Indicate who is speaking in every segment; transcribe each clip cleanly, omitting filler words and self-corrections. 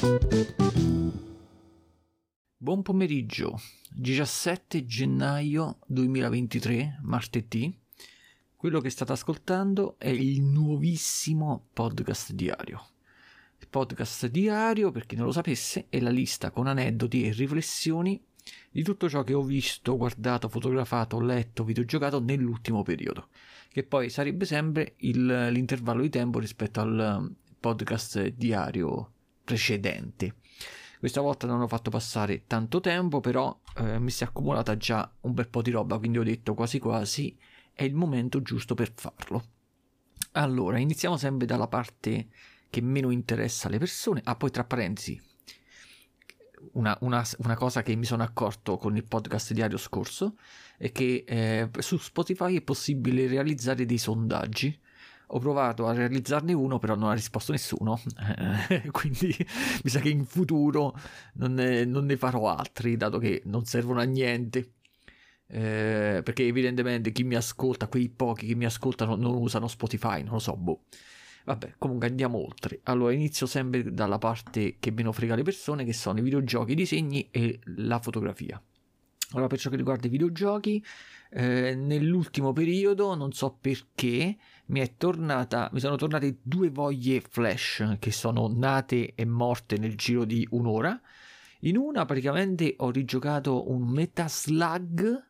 Speaker 1: Buon pomeriggio, 17 gennaio 2023, martedì. Quello che state ascoltando è il nuovissimo podcast diario. Il podcast diario, per chi non lo sapesse, è la lista con aneddoti e riflessioni di tutto ciò che ho visto, guardato, fotografato, letto, videogiocato nell'ultimo periodo, che poi sarebbe sempre l'intervallo di tempo rispetto al podcast diario precedente. Questa volta non ho fatto passare tanto tempo, però mi si è accumulata già un bel po' di roba, quindi ho detto quasi quasi è il momento giusto per farlo. Allora, iniziamo sempre dalla parte che meno interessa alle persone. Poi tra parentesi, una cosa che mi sono accorto con il podcast diario scorso è che su Spotify è possibile realizzare dei sondaggi. Ho provato a realizzarne uno, però non ha risposto nessuno, quindi mi sa che in futuro non ne farò altri, dato che non servono a niente, perché evidentemente chi mi ascolta, quei pochi che mi ascoltano non usano Spotify, non lo so, boh. Vabbè, comunque andiamo oltre. Allora, inizio sempre dalla parte che meno frega le persone, che sono i videogiochi, i disegni e la fotografia. Allora, per ciò che riguarda i videogiochi, nell'ultimo periodo, non so perché, mi sono tornate due voglie flash che sono nate e morte nel giro di un'ora. In una praticamente ho rigiocato un Metaslug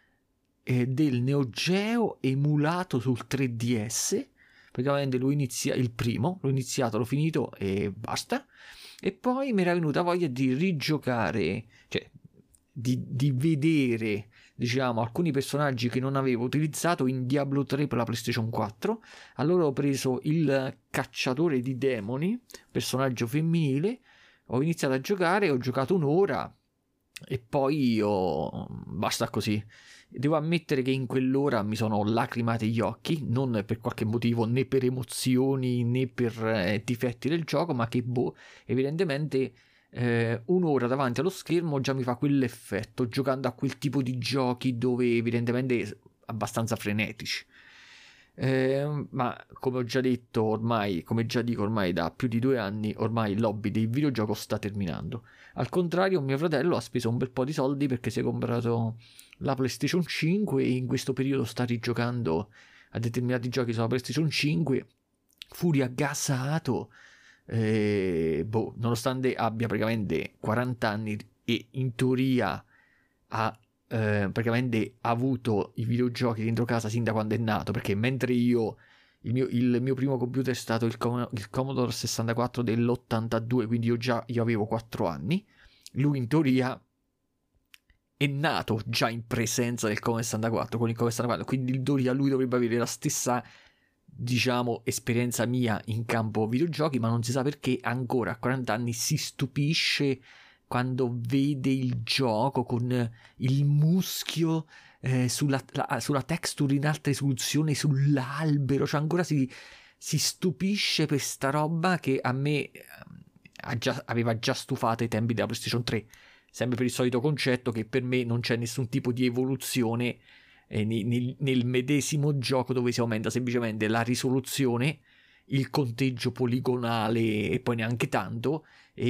Speaker 1: del Neo Geo emulato sul 3DS. Praticamente il primo, l'ho iniziato, l'ho finito e basta. E poi mi era venuta voglia di rigiocare, cioè di vedere, diciamo, alcuni personaggi che non avevo utilizzato in Diablo 3 per la PlayStation 4. Allora ho preso il cacciatore di demoni, personaggio femminile, ho iniziato a giocare, ho giocato un'ora e poi basta così. Devo ammettere che in quell'ora mi sono lacrimati gli occhi, non per qualche motivo, né per emozioni né per difetti del gioco, ma che evidentemente un'ora davanti allo schermo già mi fa quell'effetto, giocando a quel tipo di giochi dove evidentemente abbastanza frenetici. Ma come ho già detto ormai, come già dico ormai da più di 2 anni, ormai il hobby del videogioco sta terminando. Al contrario, mio fratello ha speso un bel po' di soldi perché si è comprato la PlayStation 5 e in questo periodo sta rigiocando a determinati giochi sulla PlayStation 5, furia gasato, nonostante abbia praticamente 40 anni e in teoria ha praticamente avuto i videogiochi dentro casa sin da quando è nato, perché mentre il mio primo computer è stato il Commodore 64 dell'82, quindi io avevo 4 anni, lui in teoria è nato già in presenza del Commodore 64, con il Commodore 64, quindi in teoria lui dovrebbe avere la stessa, diciamo, esperienza mia in campo videogiochi, ma non si sa perché ancora a 40 anni si stupisce quando vede il gioco con il muschio sulla texture in alta risoluzione sull'albero, cioè ancora si stupisce per sta roba che a me aveva già stufato ai tempi della PlayStation 3, sempre per il solito concetto che per me non c'è nessun tipo di evoluzione nel medesimo gioco, dove si aumenta semplicemente la risoluzione, il conteggio poligonale e poi neanche tanto,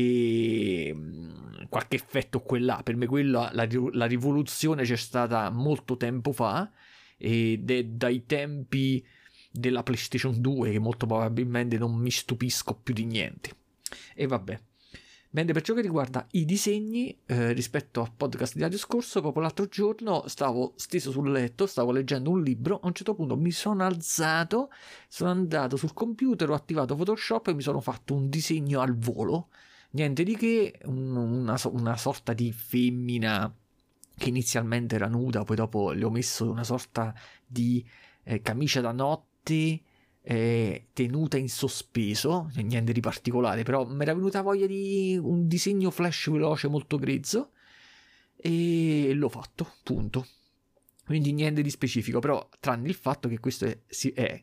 Speaker 1: e qualche effetto qua e là. Per me quella la rivoluzione c'è stata molto tempo fa, ed è dai tempi della PlayStation 2 che molto probabilmente non mi stupisco più di niente. E vabbè. Mentre per ciò che riguarda i disegni, rispetto al podcast diario scorso, proprio l'altro giorno stavo steso sul letto, stavo leggendo un libro, a un certo punto mi sono alzato, sono andato sul computer, ho attivato Photoshop e mi sono fatto un disegno al volo, niente di che, una sorta di femmina che inizialmente era nuda, poi dopo le ho messo una sorta di camicia da notte tenuta in sospeso, niente di particolare, però mi era venuta voglia di un disegno flash veloce molto grezzo e l'ho fatto, punto. Quindi niente di specifico, però tranne il fatto che questo è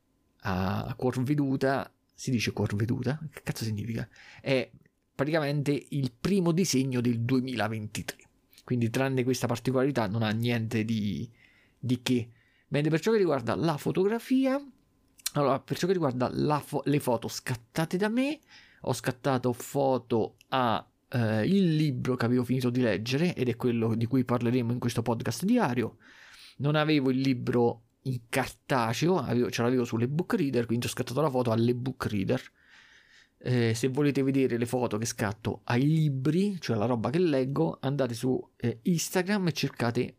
Speaker 1: a cuor veduta, si dice cuor veduta? Che cazzo significa? È praticamente il primo disegno del 2023, quindi tranne questa particolarità non ha niente di che. Mentre per ciò che riguarda la fotografia, allora, per ciò che riguarda le foto scattate da me, ho scattato foto a il libro che avevo finito di leggere, ed è quello di cui parleremo in questo podcast diario. Non avevo il libro in cartaceo, ce l'avevo sull'ebook reader, quindi ho scattato la foto all'ebook reader. Se volete vedere le foto che scatto ai libri, cioè la roba che leggo, andate su Instagram e cercate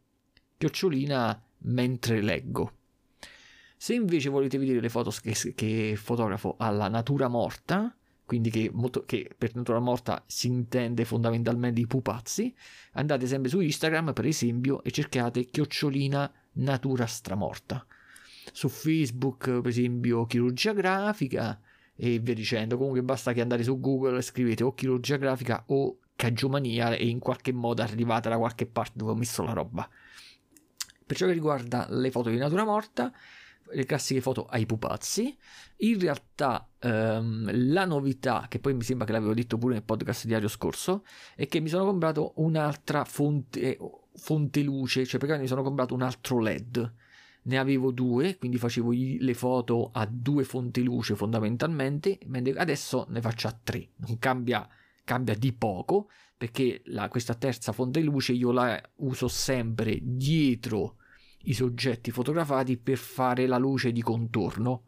Speaker 1: @mentre leggo. Se invece volete vedere le foto che fotografo alla natura morta, quindi che per natura morta si intende fondamentalmente i pupazzi, andate sempre su Instagram per esempio e cercate @natura stramorta. Su Facebook per esempio chirurgia grafica e via dicendo. Comunque basta che andate su Google e scrivete o chirurgia grafica o cagiomania e in qualche modo arrivate da qualche parte dove ho messo la roba. Per ciò che riguarda le foto di natura morta, le classiche foto ai pupazzi, in realtà la novità, che poi mi sembra che l'avevo detto pure nel podcast diario scorso, è che mi sono comprato un'altra fonte luce, cioè perché mi sono comprato un altro LED. Ne avevo 2, quindi facevo le foto a 2 fonti luce fondamentalmente, mentre adesso ne faccio a 3. Non cambia di poco, perché questa terza fonte luce io la uso sempre dietro i soggetti fotografati per fare la luce di contorno,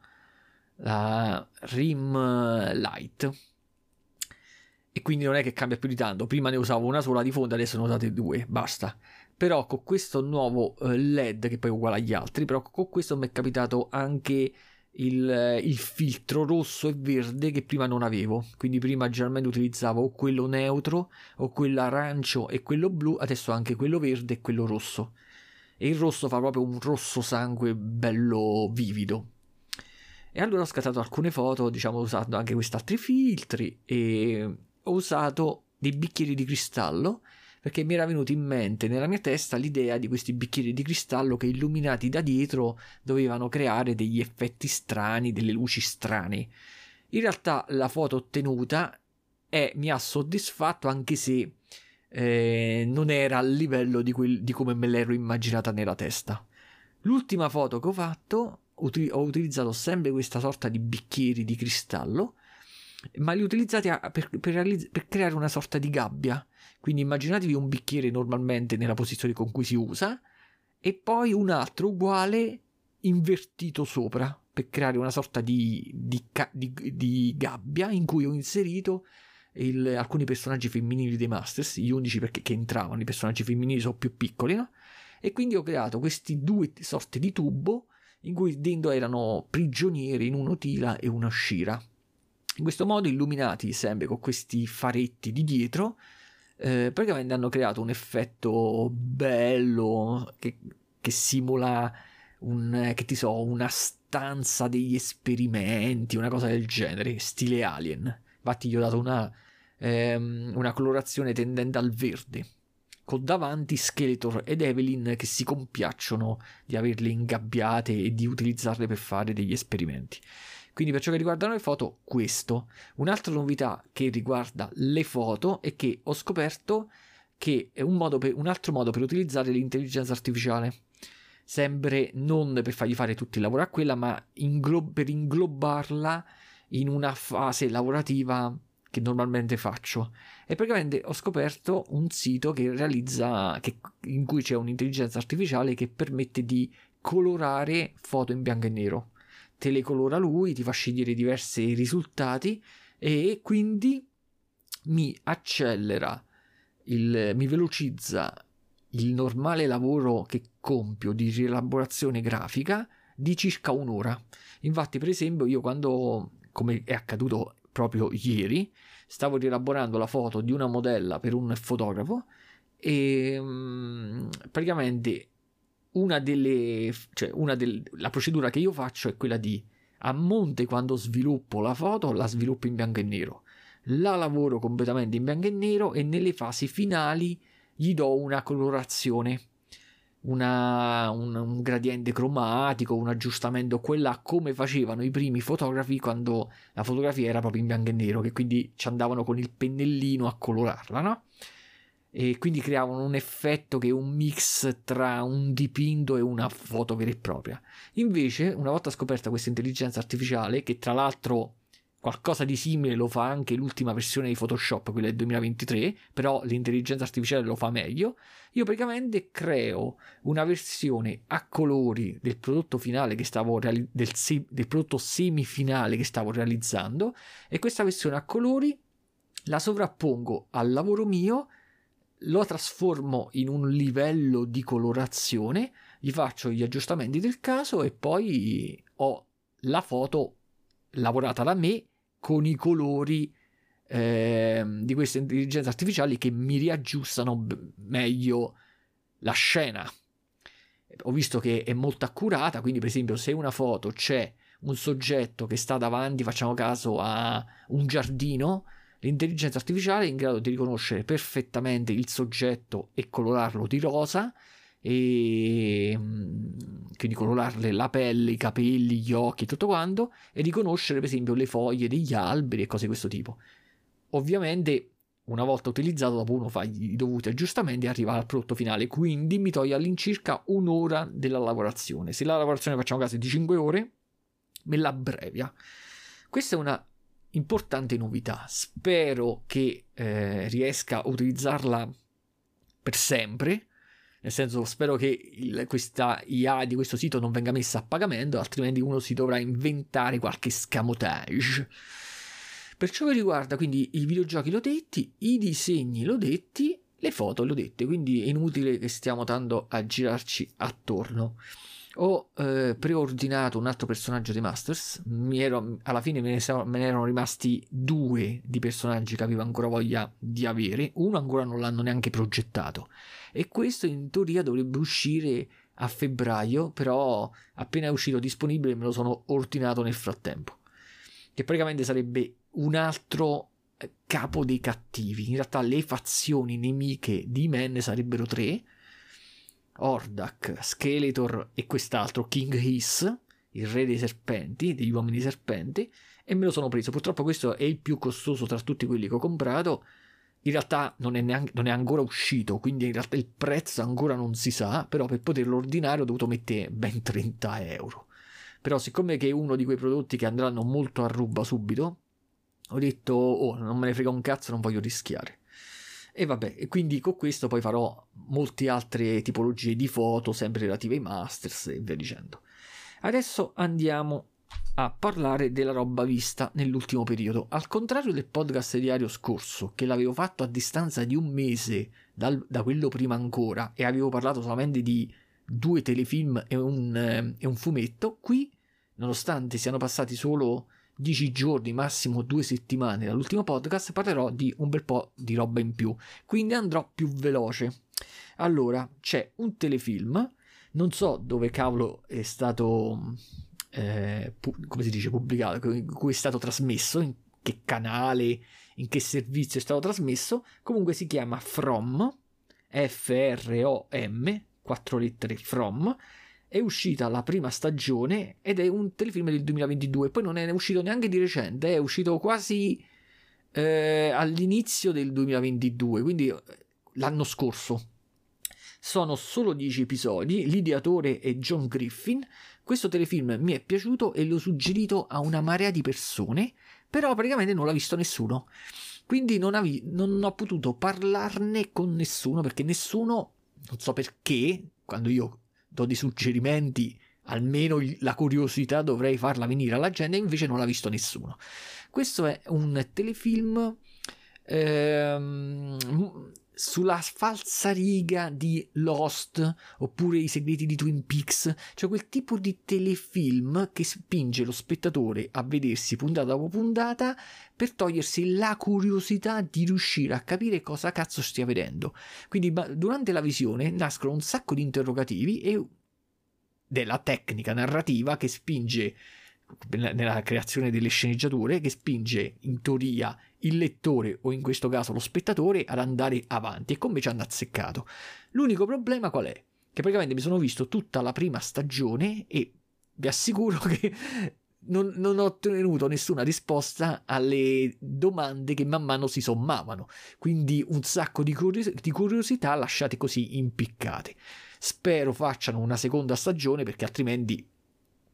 Speaker 1: la rim light, e quindi non è che cambia più di tanto. Prima ne usavo una sola di fondo, adesso ne usate 2, basta. Però con questo nuovo LED, che poi è uguale agli altri, però con questo mi è capitato anche il filtro rosso e verde che prima non avevo. Quindi prima generalmente utilizzavo o quello neutro o quello arancio e quello blu, adesso anche quello verde e quello rosso. E il rosso fa proprio un rosso sangue bello vivido. E allora ho scattato alcune foto, diciamo, usando anche questi altri filtri, e ho usato dei bicchieri di cristallo, perché mi era venuto in mente nella mia testa l'idea di questi bicchieri di cristallo che, illuminati da dietro, dovevano creare degli effetti strani, delle luci strane. In realtà la foto ottenuta mi ha soddisfatto, anche se non era al livello di come me l'ero immaginata nella testa. L'ultima foto che ho fatto ho utilizzato sempre questa sorta di bicchieri di cristallo, ma li ho utilizzati per creare una sorta di gabbia. Quindi immaginatevi un bicchiere normalmente nella posizione con cui si usa e poi un altro uguale invertito sopra, per creare una sorta di gabbia in cui ho inserito alcuni personaggi femminili dei Masters, gli unici che entravano. I personaggi femminili sono più piccoli, no? E quindi ho creato questi 2 sorte di tubo in cui dentro erano prigionieri in un'otila e una scira. In questo modo, illuminati sempre con questi faretti di dietro, praticamente hanno creato un effetto bello che simula una stanza degli esperimenti, una cosa del genere, stile Alien. Infatti gli ho dato una colorazione tendente al verde, con davanti Skeletor ed Evelyn che si compiacciono di averle ingabbiate e di utilizzarle per fare degli esperimenti. Quindi per ciò che riguarda le foto, questo. Un'altra novità che riguarda le foto è che ho scoperto che è un altro modo per utilizzare l'intelligenza artificiale. Sempre non per fargli fare tutto il lavoro a quella, ma per inglobarla in una fase lavorativa che normalmente faccio. E praticamente ho scoperto un sito che in cui c'è un'intelligenza artificiale che permette di colorare foto in bianco e nero. Te le colora lui, ti fa scegliere diversi risultati e quindi mi velocizza il normale lavoro che compio di rielaborazione grafica di circa 1 ora. Infatti, per esempio, io come è accaduto proprio ieri, stavo rielaborando la foto di una modella per un fotografo e praticamente la procedura che io faccio è quella di, a monte, quando sviluppo la foto, la sviluppo in bianco e nero, la lavoro completamente in bianco e nero e nelle fasi finali gli do una colorazione, un gradiente cromatico, un aggiustamento, quella come facevano i primi fotografi quando la fotografia era proprio in bianco e nero, che quindi ci andavano con il pennellino a colorarla, no? E quindi creavano un effetto che è un mix tra un dipinto e una foto vera e propria. Invece, una volta scoperta questa intelligenza artificiale, che tra l'altro qualcosa di simile lo fa anche l'ultima versione di Photoshop, quella del 2023, però l'intelligenza artificiale lo fa meglio. Io praticamente creo una versione a colori del prodotto finale che stavo del prodotto semifinale che stavo realizzando, e questa versione a colori la sovrappongo al lavoro mio, lo trasformo in un livello di colorazione, gli faccio gli aggiustamenti del caso e poi ho la foto lavorata da me con i colori di queste intelligenze artificiali che mi riaggiustano meglio la scena. Ho visto che è molto accurata, quindi per esempio se una foto c'è un soggetto che sta davanti, facciamo caso, a un giardino, l'intelligenza artificiale è in grado di riconoscere perfettamente il soggetto e colorarlo di rosa, e quindi colorarle la pelle, i capelli, gli occhi, tutto quanto, e riconoscere per esempio le foglie degli alberi e cose di questo tipo. Ovviamente una volta utilizzato, dopo uno fa i dovuti aggiustamenti e arriva al prodotto finale, quindi mi toglie all'incirca un'ora della lavorazione. Se la lavorazione, facciamo caso, è di 5 ore, me la abbrevia. Questa è una importante novità, spero che riesca a utilizzarla per sempre, nel senso, spero che questa IA di questo sito non venga messa a pagamento, altrimenti uno si dovrà inventare qualche scamotage. Per ciò che riguarda quindi i videogiochi l'ho detti, i disegni l'ho detti, le foto l'ho dette, quindi è inutile che stiamo tanto a girarci attorno. Ho preordinato un altro personaggio di Masters, alla fine me ne erano rimasti 2 di personaggi che avevo ancora voglia di avere, uno ancora non l'hanno neanche progettato, e questo in teoria dovrebbe uscire a febbraio, però appena è uscito disponibile me lo sono ordinato nel frattempo, che praticamente sarebbe un altro capo dei cattivi. In realtà le fazioni nemiche di Men sarebbero 3: Hordak, Skeletor e quest'altro King Hiss, il re dei serpenti, degli uomini serpenti, e me lo sono preso. Purtroppo questo è il più costoso tra tutti quelli che ho comprato. In realtà non è ancora uscito, quindi in realtà il prezzo ancora non si sa, però per poterlo ordinare ho dovuto mettere ben 30 euro. Però siccome che è uno di quei prodotti che andranno molto a ruba subito, ho detto, oh, non me ne frega un cazzo, non voglio rischiare. E vabbè, e quindi con questo poi farò molte altre tipologie di foto, sempre relative ai Masters e via dicendo. Adesso andiamo a parlare della roba vista nell'ultimo periodo. Al contrario del podcast diario scorso, che l'avevo fatto a distanza di un mese da quello prima ancora, e avevo parlato solamente di 2 telefilm e un fumetto, qui, nonostante siano passati solo 10 giorni, massimo 2 settimane dall'ultimo podcast, parlerò di un bel po' di roba in più, quindi andrò più veloce. Allora, c'è un telefilm, non so dove cavolo è stato come si dice, pubblicato, in cui è stato trasmesso, in che canale, in che servizio è stato trasmesso. Comunque si chiama From, From, 4 lettere From. È uscita la prima stagione ed è un telefilm del 2022, poi non è uscito neanche di recente, è uscito quasi all'inizio del 2022, quindi l'anno scorso. Sono solo 10 episodi, l'ideatore è John Griffin. Questo telefilm mi è piaciuto e l'ho suggerito a una marea di persone, però praticamente non l'ha visto nessuno, quindi non ho potuto parlarne con nessuno, perché nessuno, non so perché, quando io do dei suggerimenti almeno la curiosità dovrei farla venire alla gente, e invece non l'ha visto nessuno. Questo è un telefilm sulla falsariga di Lost oppure I segreti di Twin Peaks, cioè quel tipo di telefilm che spinge lo spettatore a vedersi puntata dopo puntata per togliersi la curiosità di riuscire a capire cosa cazzo stia vedendo. Quindi durante la visione nascono un sacco di interrogativi e della tecnica narrativa che spinge, nella creazione delle sceneggiature, che spinge in teoria il lettore, o in questo caso lo spettatore, ad andare avanti, e come ci hanno azzeccato. L'unico problema qual è? Che praticamente mi sono visto tutta la prima stagione e vi assicuro che non ho ottenuto nessuna risposta alle domande che man mano si sommavano, quindi un sacco di curiosità lasciate così impiccate. Spero facciano una seconda stagione, perché altrimenti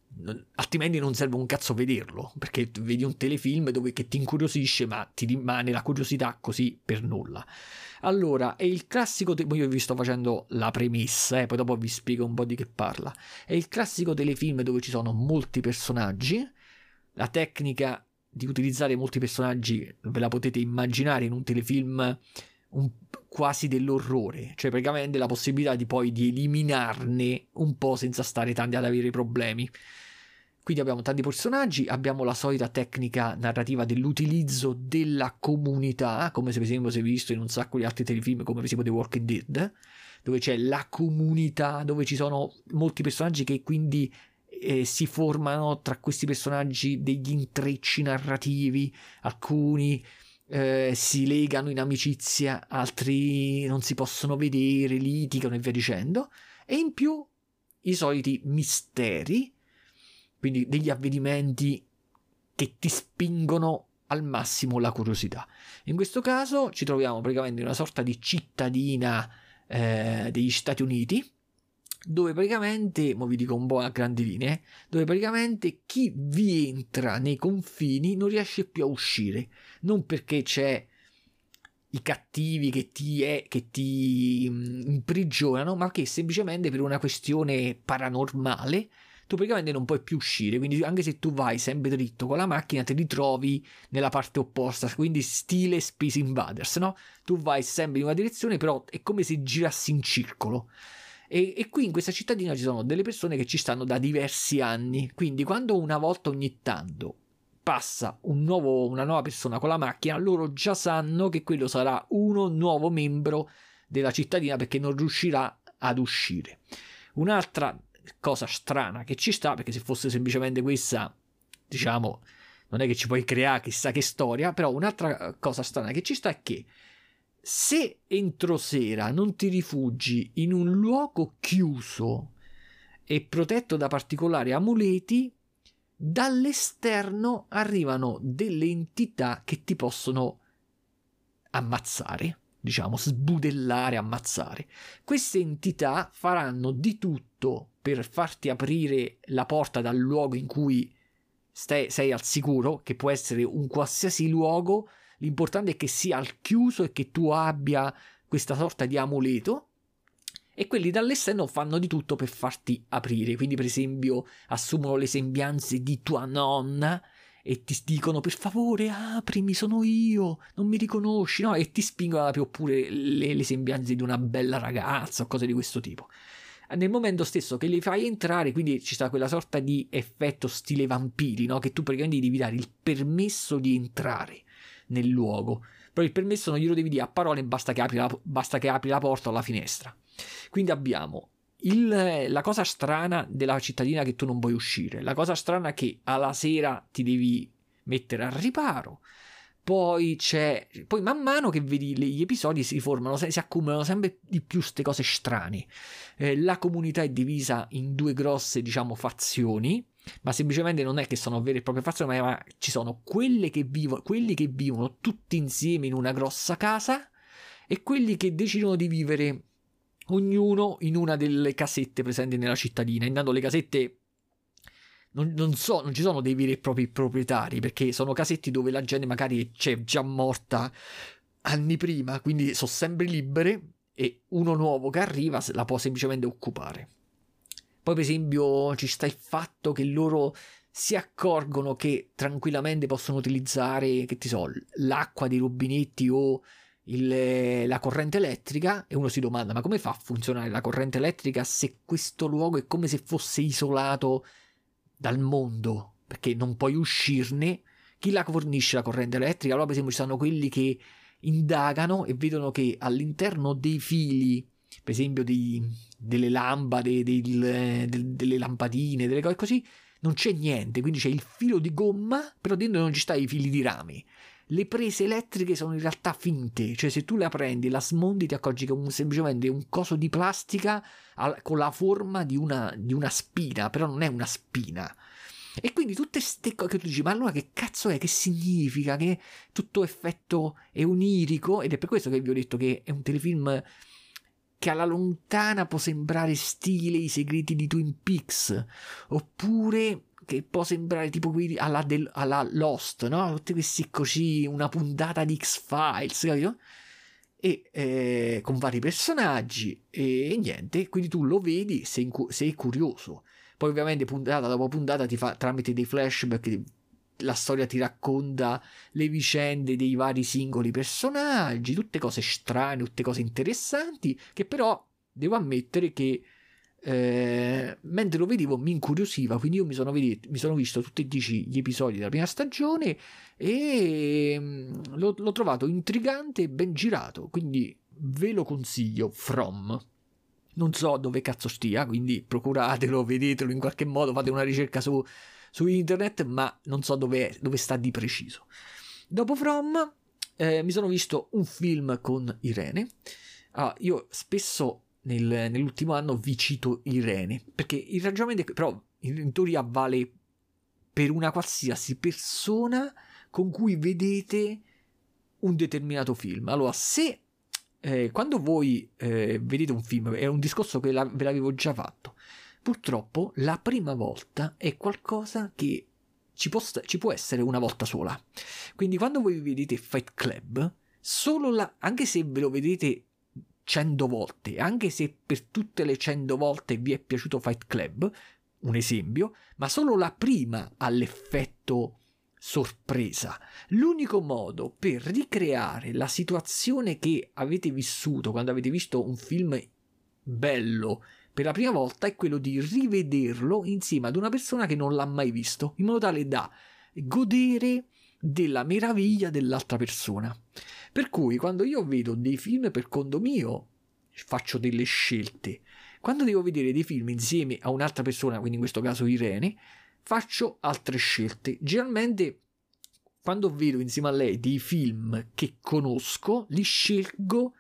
Speaker 1: altrimenti non serve un cazzo vederlo, perché vedi un telefilm che ti incuriosisce, ma ti rimane la curiosità così per nulla. Allora, è il classico, io vi sto facendo la premessa, poi dopo vi spiego un po' di che parla. È il classico telefilm dove ci sono molti personaggi. La tecnica di utilizzare molti personaggi ve la potete immaginare in un telefilm quasi dell'orrore, cioè praticamente la possibilità di eliminarne un po' senza stare tanti ad avere problemi. Quindi abbiamo tanti personaggi, abbiamo la solita tecnica narrativa dell'utilizzo della comunità, come se per esempio si è visto in un sacco di altri telefilm, come per esempio The Walking Dead, dove c'è la comunità, dove ci sono molti personaggi che quindi si formano tra questi personaggi degli intrecci narrativi, alcuni si legano in amicizia, altri non si possono vedere, litigano e via dicendo, e in più i soliti misteri, quindi degli avvenimenti che ti spingono al massimo la curiosità. In questo caso ci troviamo praticamente in una sorta di cittadina degli Stati Uniti, dove praticamente, mo vi dico un po' a grandi linee, dove praticamente chi vi entra nei confini non riesce più a uscire, non perché c'è i cattivi che ti imprigionano, ma che semplicemente per una questione paranormale tu praticamente non puoi più uscire, quindi anche se tu vai sempre dritto con la macchina ti ritrovi nella parte opposta, quindi stile Space Invaders, no? Tu vai sempre in una direzione, però è come se girassi in circolo. E qui in questa cittadina ci sono delle persone che ci stanno da diversi anni, quindi quando una volta ogni tanto passa una nuova persona con la macchina, loro già sanno che quello sarà uno nuovo membro della cittadina perché non riuscirà ad uscire. Un'altra cosa strana che ci sta, perché se fosse semplicemente questa, diciamo, non è che ci puoi creare chissà che storia, però un'altra cosa strana che ci sta è che se entro sera non ti rifugi in un luogo chiuso e protetto da particolari amuleti, dall'esterno arrivano delle entità che ti possono ammazzare, diciamo, sbudellare, ammazzare. Queste entità faranno di tutto per farti aprire la porta dal luogo in cui sei al sicuro, che può essere un qualsiasi luogo. L'importante è che sia al chiuso e che tu abbia questa sorta di amuleto, e quelli dall'esterno fanno di tutto per farti aprire. Quindi per esempio assumono le sembianze di tua nonna e ti dicono per favore aprimi, sono io, non mi riconosci, no? E ti spingono ad aprire, oppure le sembianze di una bella ragazza o cose di questo tipo. Nel momento stesso che li fai entrare, quindi ci sta quella sorta di effetto stile vampiri, no? Che tu praticamente devi dare il permesso di entrare nel luogo, però il permesso non glielo devi dire a parole, basta che apri la porta o la finestra. Quindi abbiamo la cosa strana della cittadina che tu non puoi uscire, la cosa strana che alla sera ti devi mettere al riparo, poi man mano che vedi gli episodi si formano, si accumulano sempre di più queste cose strane. La comunità è divisa in due grosse, diciamo, fazioni, ma semplicemente non è che sono vere e proprie fazioni, ma ci sono quelli che vivono tutti insieme in una grossa casa e quelli che decidono di vivere ognuno in una delle casette presenti nella cittadina. Intanto le casette non ci sono dei veri e propri proprietari, perché sono casetti dove la gente magari c'è già morta anni prima, quindi sono sempre libere e uno nuovo che arriva la può semplicemente occupare. Poi per esempio ci sta il fatto che loro si accorgono che tranquillamente possono utilizzare, che ti so, l'acqua dei rubinetti o la corrente elettrica, e uno si domanda ma come fa a funzionare la corrente elettrica se questo luogo è come se fosse isolato dal mondo, perché non puoi uscirne. Chi la fornisce la corrente elettrica? Allora per esempio ci sono quelli che indagano e vedono che all'interno dei fili, per esempio delle lampade, delle lampadine, delle cose così, non c'è niente, quindi c'è il filo di gomma, però dentro non ci sta i fili di rame. Le prese elettriche sono in realtà finte, cioè se tu la prendi, la smonti, ti accorgi che è semplicemente un coso di plastica con la forma di una spina, però non è una spina. E quindi tutte ste cose che tu dici, ma allora che cazzo è? Che significa? Che tutto effetto è onirico? Ed è per questo che vi ho detto che è un telefilm che alla lontana può sembrare stile I segreti di Twin Peaks, oppure che può sembrare tipo alla Lost, no? Tutti questi così, una puntata di X-Files, capito? E con vari personaggi e niente, quindi tu lo vedi, sei curioso. Poi ovviamente puntata dopo puntata ti fa tramite dei flashback, la storia ti racconta le vicende dei vari singoli personaggi, tutte cose strane, tutte cose interessanti, che però devo ammettere che mentre lo vedevo mi incuriosiva, quindi io mi sono visto tutti e 10 gli episodi della prima stagione e l'ho trovato intrigante e ben girato, quindi ve lo consiglio. From, non so dove cazzo stia, quindi procuratelo, vedetelo in qualche modo, fate una ricerca su internet, ma non so dove sta di preciso. Dopo From mi sono visto un film con Irene. Io spesso nell'ultimo anno vi cito Irene, perché il ragionamento però in teoria vale per una qualsiasi persona con cui vedete un determinato film. Allora, se quando voi vedete un film, è un discorso che ve l'avevo già fatto, purtroppo la prima volta è qualcosa che ci può essere una volta sola. Quindi quando voi vedete Fight Club, anche se ve lo vedete 100 volte, anche se per tutte le 100 volte vi è piaciuto Fight Club, un esempio, ma solo la prima ha l'effetto sorpresa. L'unico modo per ricreare la situazione che avete vissuto quando avete visto un film bello per la prima volta è quello di rivederlo insieme ad una persona che non l'ha mai visto, in modo tale da godere della meraviglia dell'altra persona. Per cui quando io vedo dei film per conto mio faccio delle scelte, quando devo vedere dei film insieme a un'altra persona, quindi in questo caso Irene, faccio altre scelte. Generalmente quando vedo insieme a lei dei film che conosco, li scelgo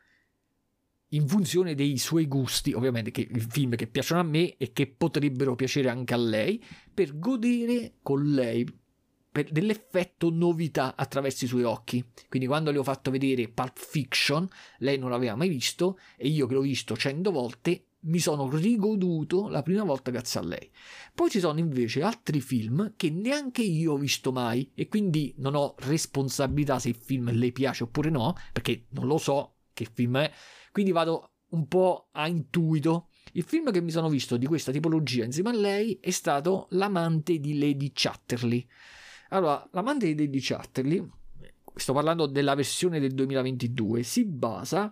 Speaker 1: in funzione dei suoi gusti, ovviamente che i film che piacciono a me e che potrebbero piacere anche a lei, per godere con lei dell'effetto novità attraverso i suoi occhi. Quindi quando le ho fatto vedere Pulp Fiction, lei non l'aveva mai visto e io che l'ho visto 100 volte mi sono rigoduto la prima volta grazie a lei. Poi ci sono invece altri film che neanche io ho visto mai e quindi non ho responsabilità se il film le piace oppure no, perché non lo so che film è, quindi vado un po' a intuito. Il film che mi sono visto di questa tipologia insieme a lei è stato L'amante di Lady Chatterley. Allora, L'amante di Lady Chatterley, sto parlando della versione del 2022, si basa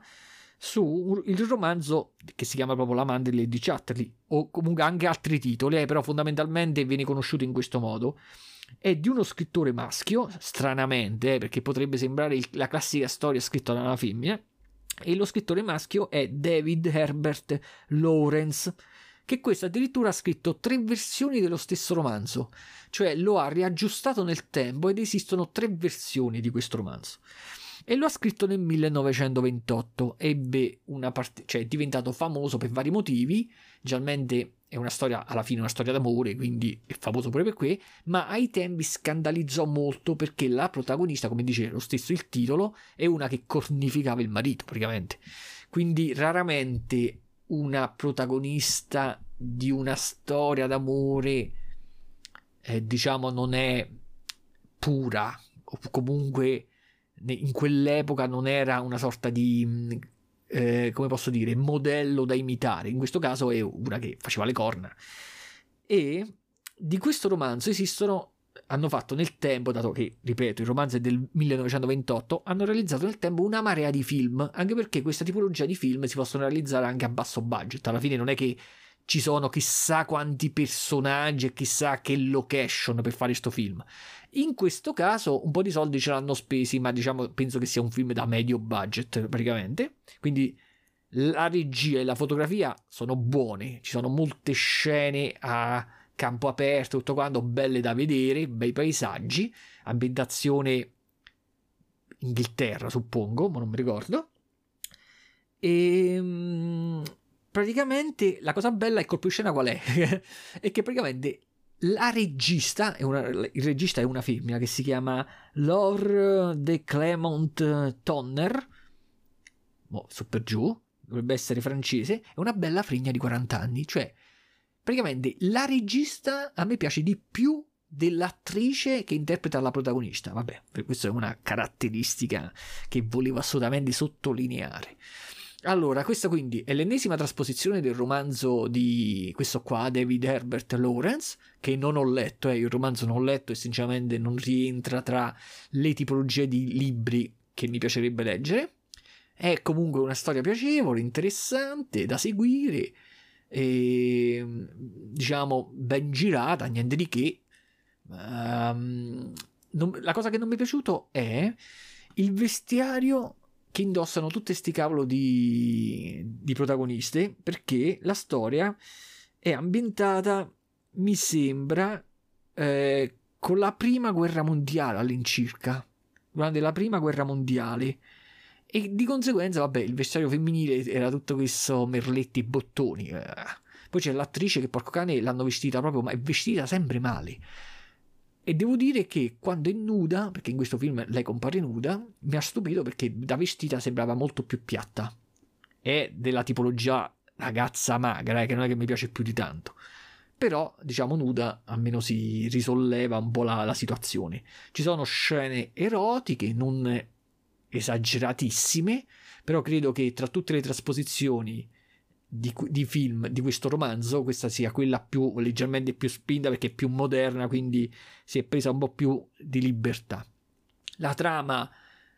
Speaker 1: su il romanzo che si chiama proprio L'amante di Lady Chatterley, o comunque anche altri titoli, però fondamentalmente viene conosciuto in questo modo. È di uno scrittore maschio, stranamente, perché potrebbe sembrare la classica storia scritta da una femmina, e lo scrittore maschio è David Herbert Lawrence, che questo addirittura ha scritto 3 versioni dello stesso romanzo, cioè lo ha riaggiustato nel tempo ed esistono 3 versioni di questo romanzo. E lo ha scritto nel 1928, ebbe cioè è diventato famoso per vari motivi, generalmente è una storia, alla fine una storia d'amore, quindi è famoso pure per questo, ma ai tempi scandalizzò molto perché la protagonista, come dice lo stesso il titolo, è una che cornificava il marito praticamente. Quindi raramente una protagonista di una storia d'amore diciamo non è pura, o comunque in quell'epoca non era una sorta di come posso dire, modello da imitare. In questo caso è una che faceva le corna. E di questo romanzo hanno fatto nel tempo, dato che, ripeto, il romanzo è del 1928, hanno realizzato nel tempo una marea di film, anche perché questa tipologia di film si possono realizzare anche a basso budget. Alla fine non è che ci sono chissà quanti personaggi e chissà che location per fare sto film. In questo caso un po' di soldi ce l'hanno spesi, ma diciamo penso che sia un film da medio budget praticamente. Quindi la regia e la fotografia sono buone, ci sono molte scene a campo aperto, tutto quanto, belle da vedere, bei paesaggi, ambientazione Inghilterra suppongo, ma non mi ricordo. E praticamente la cosa bella, il colpo di scena qual è? È che praticamente il regista è una femmina che si chiama Laure de Clermont Tonner, su per giù, dovrebbe essere francese, è una bella fregna di 40 anni, cioè praticamente la regista a me piace di più dell'attrice che interpreta la protagonista. Vabbè, per questo è una caratteristica che volevo assolutamente sottolineare. Allora, questa quindi è l'ennesima trasposizione del romanzo di questo qua, David Herbert Lawrence, che non ho letto, il romanzo non ho letto e sinceramente non rientra tra le tipologie di libri che mi piacerebbe leggere. È comunque una storia piacevole, interessante, da seguire, e, diciamo ben girata, niente di che. La cosa che non mi è piaciuto è il vestiario che indossano tutte sti cavolo di protagoniste, perché la storia è ambientata, mi sembra, con la prima guerra mondiale all'incirca, durante la prima guerra mondiale, e di conseguenza vabbè il vestiario femminile era tutto questo merletti e bottoni. Poi c'è l'attrice che porco cane l'hanno vestita proprio, ma è vestita sempre male. E devo dire che quando è nuda, perché in questo film lei compare nuda, mi ha stupito perché da vestita sembrava molto più piatta. È della tipologia ragazza magra, che non è che mi piace più di tanto. Però, diciamo, nuda almeno si risolleva un po' la situazione. Ci sono scene erotiche, non esageratissime, però credo che tra tutte le trasposizioni di film di questo romanzo questa sia quella più leggermente più spinta, perché è più moderna, quindi si è presa un po' più di libertà. La trama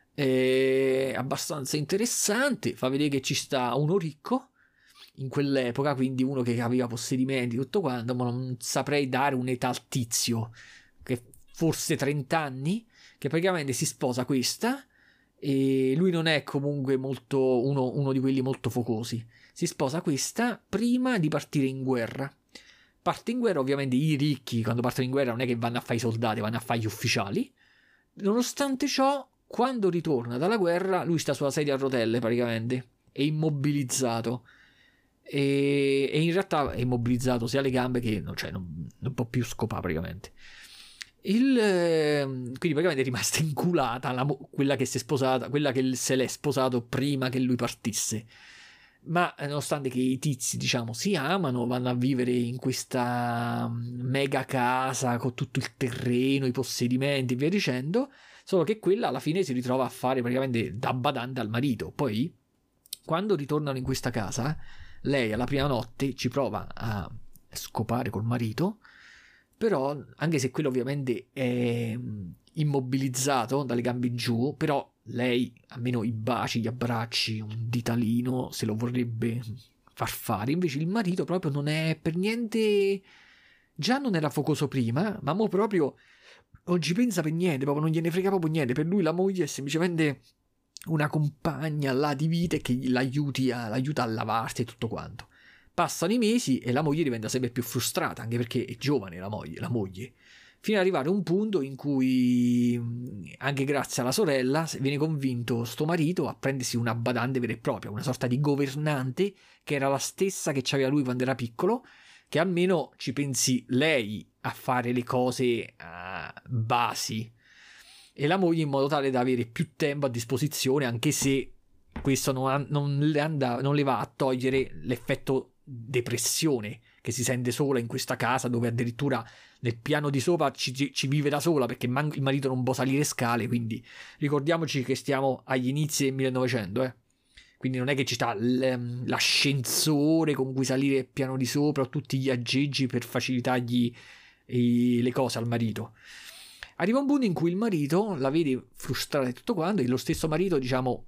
Speaker 1: è abbastanza interessante, fa vedere che ci sta uno ricco in quell'epoca, quindi uno che aveva possedimenti tutto quanto, ma non saprei dare un'età al tizio, che forse 30 anni, che praticamente si sposa questa, e lui non è comunque molto uno di quelli molto focosi. Si sposa questa prima di partire in guerra. Parte in guerra, ovviamente i ricchi quando partono in guerra non è che vanno a fare i soldati, vanno a fare gli ufficiali. Nonostante ciò, quando ritorna dalla guerra, lui sta sulla sedia a rotelle praticamente, è immobilizzato. E in realtà è immobilizzato sia le gambe che non può più scopare praticamente. Quindi praticamente è rimasta inculata quella che si è sposata, quella che se l'è sposato prima che lui partisse. Ma nonostante che i tizi, diciamo, si amano, vanno a vivere in questa mega casa con tutto il terreno, i possedimenti e via dicendo, solo che quella alla fine si ritrova a fare praticamente da badante al marito. Poi quando ritornano in questa casa, lei alla prima notte ci prova a scopare col marito, però anche se quello ovviamente è immobilizzato dalle gambe in giù, però lei almeno i baci, gli abbracci, un ditalino se lo vorrebbe far fare. Invece il marito proprio non è per niente, già non era focoso prima, ma mo proprio non ci pensa per niente, proprio non gliene frega proprio niente. Per lui la moglie è semplicemente una compagna là di vita che l'aiuta a lavarsi e tutto quanto. Passano i mesi e la moglie diventa sempre più frustrata, anche perché è giovane la moglie, fino ad arrivare a un punto in cui, anche grazie alla sorella, viene convinto sto marito a prendersi una badante vera e propria, una sorta di governante che era la stessa che c'aveva lui quando era piccolo, che almeno ci pensi lei a fare le cose basi, e la moglie in modo tale da avere più tempo a disposizione, anche se questo non le va a togliere l'effetto depressione che si sente sola in questa casa, dove addirittura nel piano di sopra ci vive da sola perché il marito non può salire scale. Quindi ricordiamoci che stiamo agli inizi del 1900, quindi non è che ci sta l'ascensore con cui salire il piano di sopra o tutti gli aggeggi per facilitargli le cose al marito. Arriva un punto in cui il marito la vede frustrata e tutto quanto, e lo stesso marito, diciamo,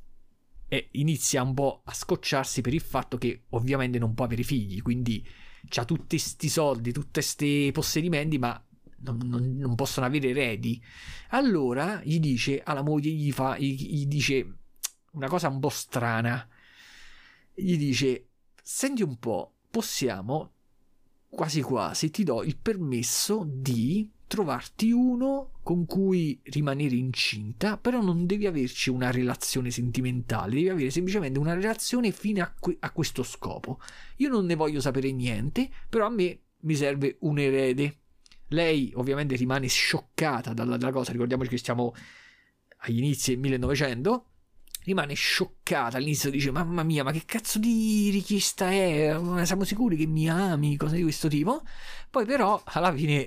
Speaker 1: inizia un po' a scocciarsi per il fatto che ovviamente non può avere figli, quindi c'ha tutti sti soldi, tutti sti possedimenti, ma non possono avere eredi. Allora gli dice alla moglie, gli dice una cosa un po' strana, gli dice: senti un po', possiamo quasi quasi, ti do il permesso di trovarti uno con cui rimanere incinta, però non devi averci una relazione sentimentale, devi avere semplicemente una relazione fine a questo scopo. Io non ne voglio sapere niente, però a me mi serve un erede. Lei ovviamente rimane scioccata dalla cosa, ricordiamoci che stiamo agli inizi del 1900, rimane scioccata, all'inizio dice: mamma mia, ma che cazzo di richiesta è? Siamo sicuri che mi ami? Cose di questo tipo. Poi però alla fine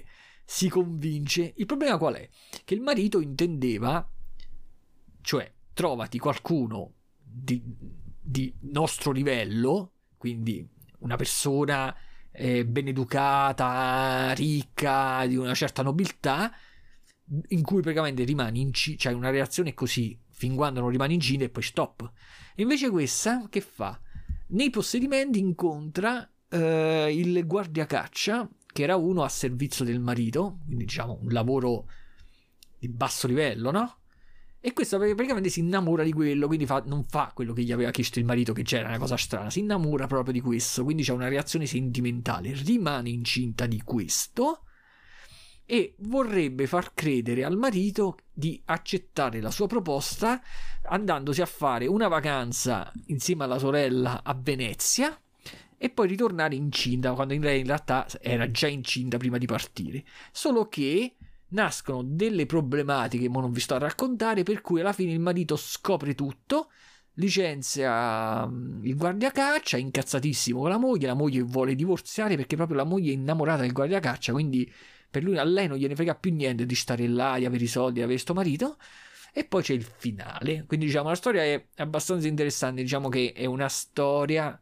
Speaker 1: si convince. Il problema qual è? Che il marito intendeva, cioè trovati qualcuno di nostro livello, quindi una persona ben educata, ricca, di una certa nobiltà, in cui praticamente rimani incinta, cioè una reazione così fin quando non rimani incinta e poi stop. E invece questa che fa? Nei possedimenti incontra il guardiacaccia, che era uno a servizio del marito, quindi diciamo un lavoro di basso livello, no? E questo praticamente si innamora di quello, quindi non fa quello che gli aveva chiesto il marito, che già era una cosa strana, si innamora proprio di questo, quindi c'è una reazione sentimentale, rimane incinta di questo e vorrebbe far credere al marito di accettare la sua proposta andandosi a fare una vacanza insieme alla sorella a Venezia e poi ritornare incinta, quando in realtà era già incinta prima di partire. Solo che nascono delle problematiche, ma non vi sto a raccontare, per cui alla fine il marito scopre tutto, licenzia il guardiacaccia, incazzatissimo con la moglie vuole divorziare perché proprio la moglie è innamorata del guardiacaccia, quindi per lui, a lei non gliene frega più niente di stare là, di avere i soldi, di avere sto marito. E poi c'è il finale, quindi diciamo la storia è abbastanza interessante, diciamo che è una storia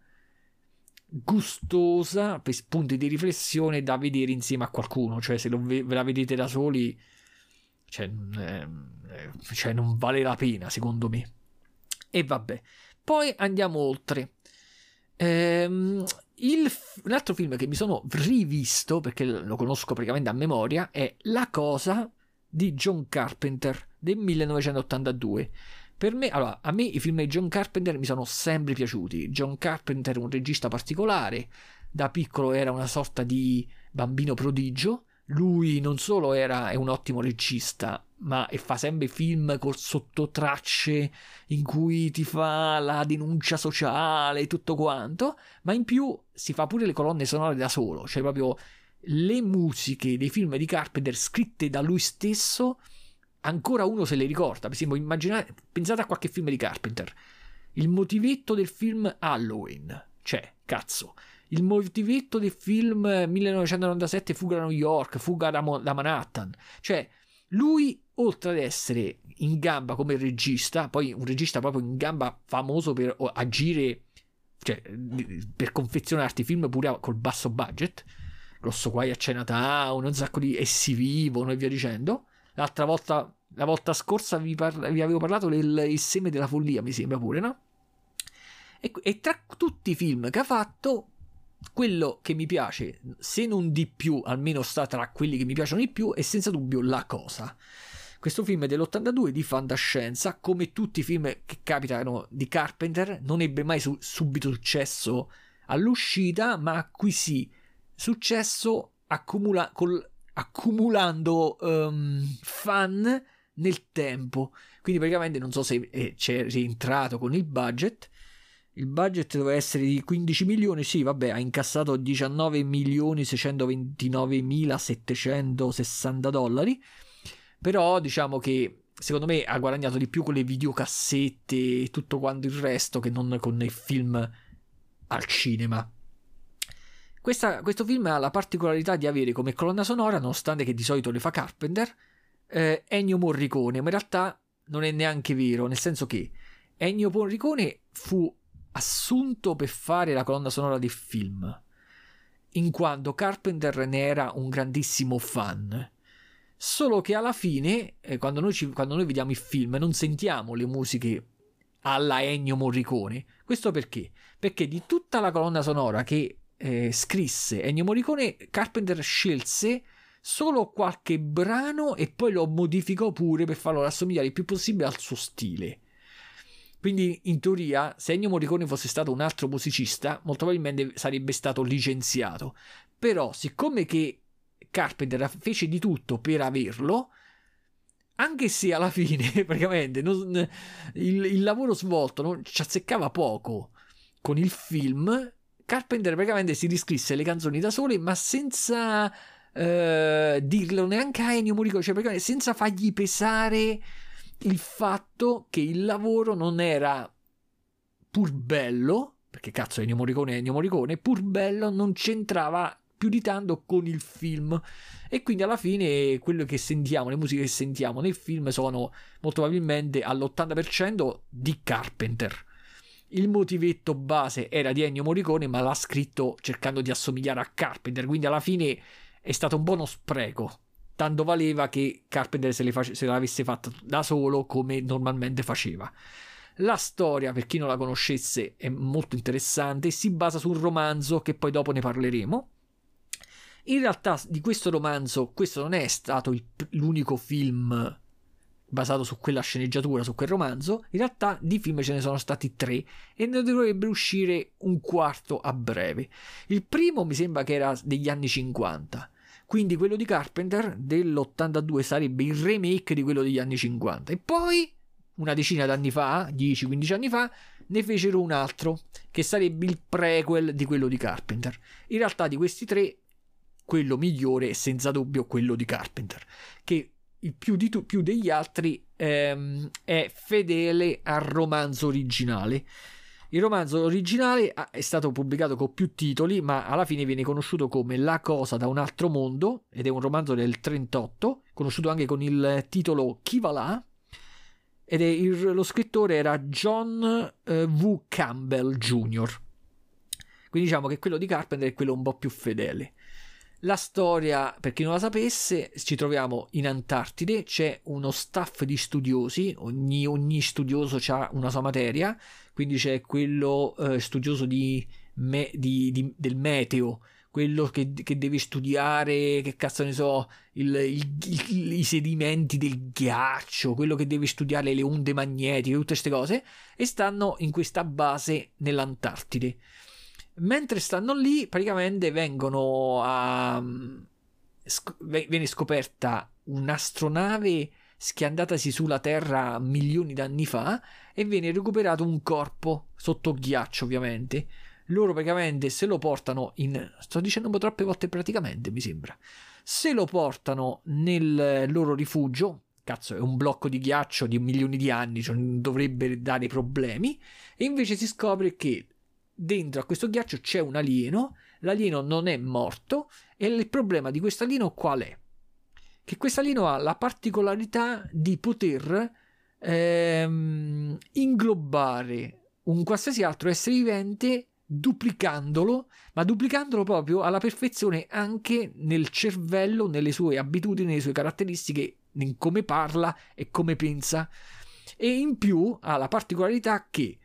Speaker 1: gustosa per spunti di riflessione da vedere insieme a qualcuno, cioè se ve la vedete da soli cioè non vale la pena secondo me. E vabbè, poi andiamo oltre. Un altro film che mi sono rivisto perché lo conosco praticamente a memoria è La Cosa di John Carpenter del 1982. Per me, allora, a me i film di John Carpenter mi sono sempre piaciuti. John Carpenter è un regista particolare, da piccolo era una sorta di bambino prodigio. Lui non solo è un ottimo regista, ma fa sempre film con sottotracce in cui ti fa la denuncia sociale e tutto quanto, ma in più si fa pure le colonne sonore da solo, cioè proprio le musiche dei film di Carpenter scritte da lui stesso. Ancora uno se le ricorda. Per esempio, pensate a qualche film di Carpenter. Il motivetto del film Halloween. Cioè, cazzo. Il motivetto del film 1997 Fuga da New York, Fuga da Manhattan. Cioè, lui, oltre ad essere in gamba come regista, poi un regista proprio in gamba famoso per agire, cioè, per confezionarti film pure col basso budget, Rosso Guai a Chinatown, un sacco di Essi Vivono e via dicendo. La volta scorsa vi avevo parlato del Il seme della follia, mi sembra pure, no? E tra tutti i film che ha fatto, quello che mi piace, se non di più, almeno sta tra quelli che mi piacciono di più, è senza dubbio La Cosa. Questo film è dell'82 di fantascienza, come tutti i film che capitano di Carpenter, non ebbe mai subito successo all'uscita, ma acquisì successo accumulando fan nel tempo. Quindi praticamente non so se c'è rientrato con il budget doveva essere di 15 milioni, sì vabbè, ha incassato 19.629.760 dollari, però diciamo che secondo me ha guadagnato di più con le videocassette e tutto quanto il resto che non con i film al cinema. Questo film ha la particolarità di avere come colonna sonora, nonostante che di solito le fa Carpenter, Ennio Morricone, ma in realtà non è neanche vero, nel senso che Ennio Morricone fu assunto per fare la colonna sonora del film, in quanto Carpenter ne era un grandissimo fan. Solo che alla fine, quando noi vediamo il film, non sentiamo le musiche alla Ennio Morricone. Questo perché? Perché di tutta la colonna sonora che scrisse Ennio Morricone, Carpenter scelse solo qualche brano e poi lo modificò pure per farlo rassomigliare il più possibile al suo stile. Quindi in teoria, se Ennio Morricone fosse stato un altro musicista, molto probabilmente sarebbe stato licenziato. Però siccome che Carpenter fece di tutto per averlo, anche se alla fine praticamente il lavoro svolto non ci azzeccava poco con il film, Carpenter praticamente si riscrisse le canzoni da sole, ma senza dirlo neanche a Ennio Morricone, cioè praticamente senza fargli pesare il fatto che il lavoro non era pur bello, perché cazzo Ennio Morricone, pur bello non c'entrava più di tanto con il film, e quindi alla fine quello che sentiamo, le musiche che sentiamo nel film sono molto probabilmente all'80% di Carpenter. Il motivetto base era di Ennio Morricone, ma l'ha scritto cercando di assomigliare a Carpenter, quindi alla fine è stato un buono spreco. Tanto valeva che Carpenter se l'avesse fatta da solo come normalmente faceva. La storia, per chi non la conoscesse, è molto interessante, si basa su un romanzo che poi dopo ne parleremo. In realtà di questo romanzo, questo non è stato l'unico film basato su quella sceneggiatura, su quel romanzo. In realtà di film ce ne sono stati 3 e ne dovrebbe uscire un quarto a breve. Il primo mi sembra che era degli anni 50, quindi quello di Carpenter dell'82 sarebbe il remake di quello degli anni 50, e poi una decina d'anni fa, 10-15 anni fa, ne fecero un altro che sarebbe il prequel di quello di Carpenter. In realtà di questi 3 quello migliore è senza dubbio quello di Carpenter, che il più degli altri è fedele al romanzo originale. Il romanzo originale è stato pubblicato con più titoli, ma alla fine viene conosciuto come La cosa da un altro mondo, ed è un romanzo del 38, conosciuto anche con il titolo Chi va là, ed lo scrittore era John V. Campbell Jr. Quindi diciamo che quello di Carpenter è quello un po' più fedele. La storia, per chi non la sapesse, ci troviamo in Antartide, c'è uno staff di studiosi, ogni studioso ha una sua materia, quindi c'è quello studioso del meteo, quello che deve studiare, che cazzo ne so, i sedimenti del ghiaccio, quello che deve studiare le onde magnetiche, tutte queste cose, e stanno in questa base nell'Antartide. Mentre stanno lì, praticamente viene scoperta un'astronave schiantatasi sulla Terra milioni d'anni fa, e viene recuperato un corpo sotto ghiaccio, ovviamente. Loro praticamente se lo portano sto dicendo un po' troppe volte praticamente, mi sembra. Se lo portano nel loro rifugio, cazzo, è un blocco di ghiaccio di milioni di anni, cioè non dovrebbe dare problemi, e invece si scopre che dentro a questo ghiaccio c'è un alieno. L'alieno non è morto, e il problema di questo alieno qual è? Che questo alieno ha la particolarità di poter inglobare un qualsiasi altro essere vivente duplicandolo, ma duplicandolo proprio alla perfezione anche nel cervello, nelle sue abitudini, nelle sue caratteristiche, in come parla e come pensa. E in più ha la particolarità che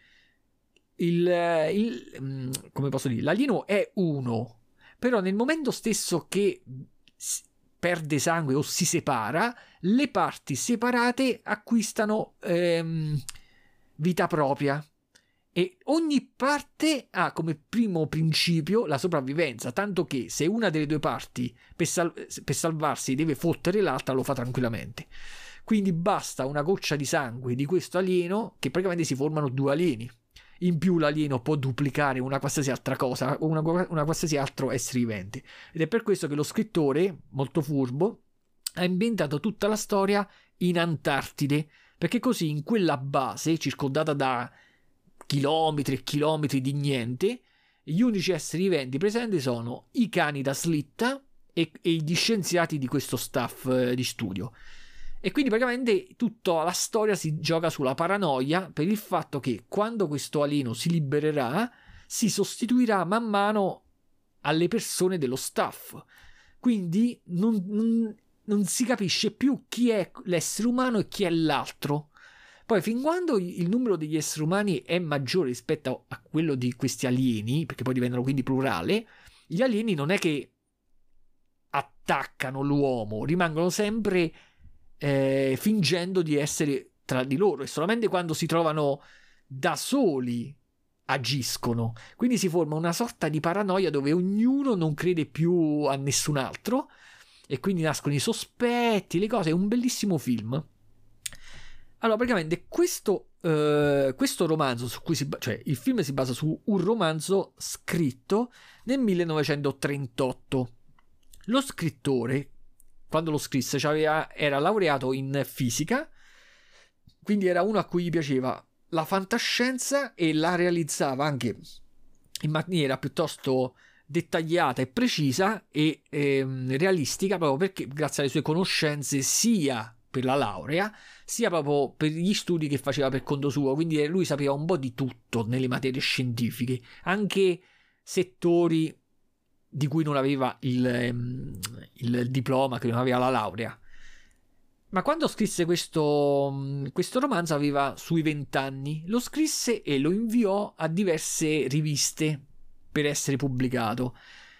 Speaker 1: come posso dire, l'alieno è uno, però nel momento stesso che perde sangue o si separa, le parti separate acquistano vita propria, e ogni parte ha come primo principio la sopravvivenza, tanto che se una delle due parti per salvarsi deve fottere l'altra, lo fa tranquillamente. Quindi basta una goccia di sangue di questo alieno che praticamente si formano 2 alieni. In più l'alieno può duplicare una qualsiasi altra cosa, una qualsiasi altro essere vivente, ed è per questo che lo scrittore, molto furbo, ha inventato tutta la storia in Antartide, perché così in quella base, circondata da chilometri e chilometri di niente, gli unici esseri viventi presenti sono i cani da slitta e gli scienziati di questo staff di studio. E quindi praticamente tutta la storia si gioca sulla paranoia per il fatto che quando questo alieno si libererà si sostituirà man mano alle persone dello staff, quindi non si capisce più chi è l'essere umano e chi è l'altro. Poi fin quando il numero degli esseri umani è maggiore rispetto a quello di questi alieni, perché poi diventano quindi plurale, gli alieni non è che attaccano l'uomo, rimangono sempre fingendo di essere tra di loro, e solamente quando si trovano da soli agiscono. Quindi si forma una sorta di paranoia dove ognuno non crede più a nessun altro, e quindi nascono i sospetti, le cose. È un bellissimo film. Allora, praticamente questo romanzo su cui cioè il film si basa su un romanzo scritto nel 1938. Lo scrittore, quando lo scrisse, era laureato in fisica, quindi era uno a cui gli piaceva la fantascienza e la realizzava anche in maniera piuttosto dettagliata e precisa e realistica, proprio perché grazie alle sue conoscenze sia per la laurea sia proprio per gli studi che faceva per conto suo. Quindi lui sapeva un po' di tutto nelle materie scientifiche, anche settori di cui non aveva il diploma, che non aveva la laurea. Ma quando scrisse questo romanzo aveva sui 20 anni, lo scrisse e lo inviò a diverse riviste per essere pubblicato.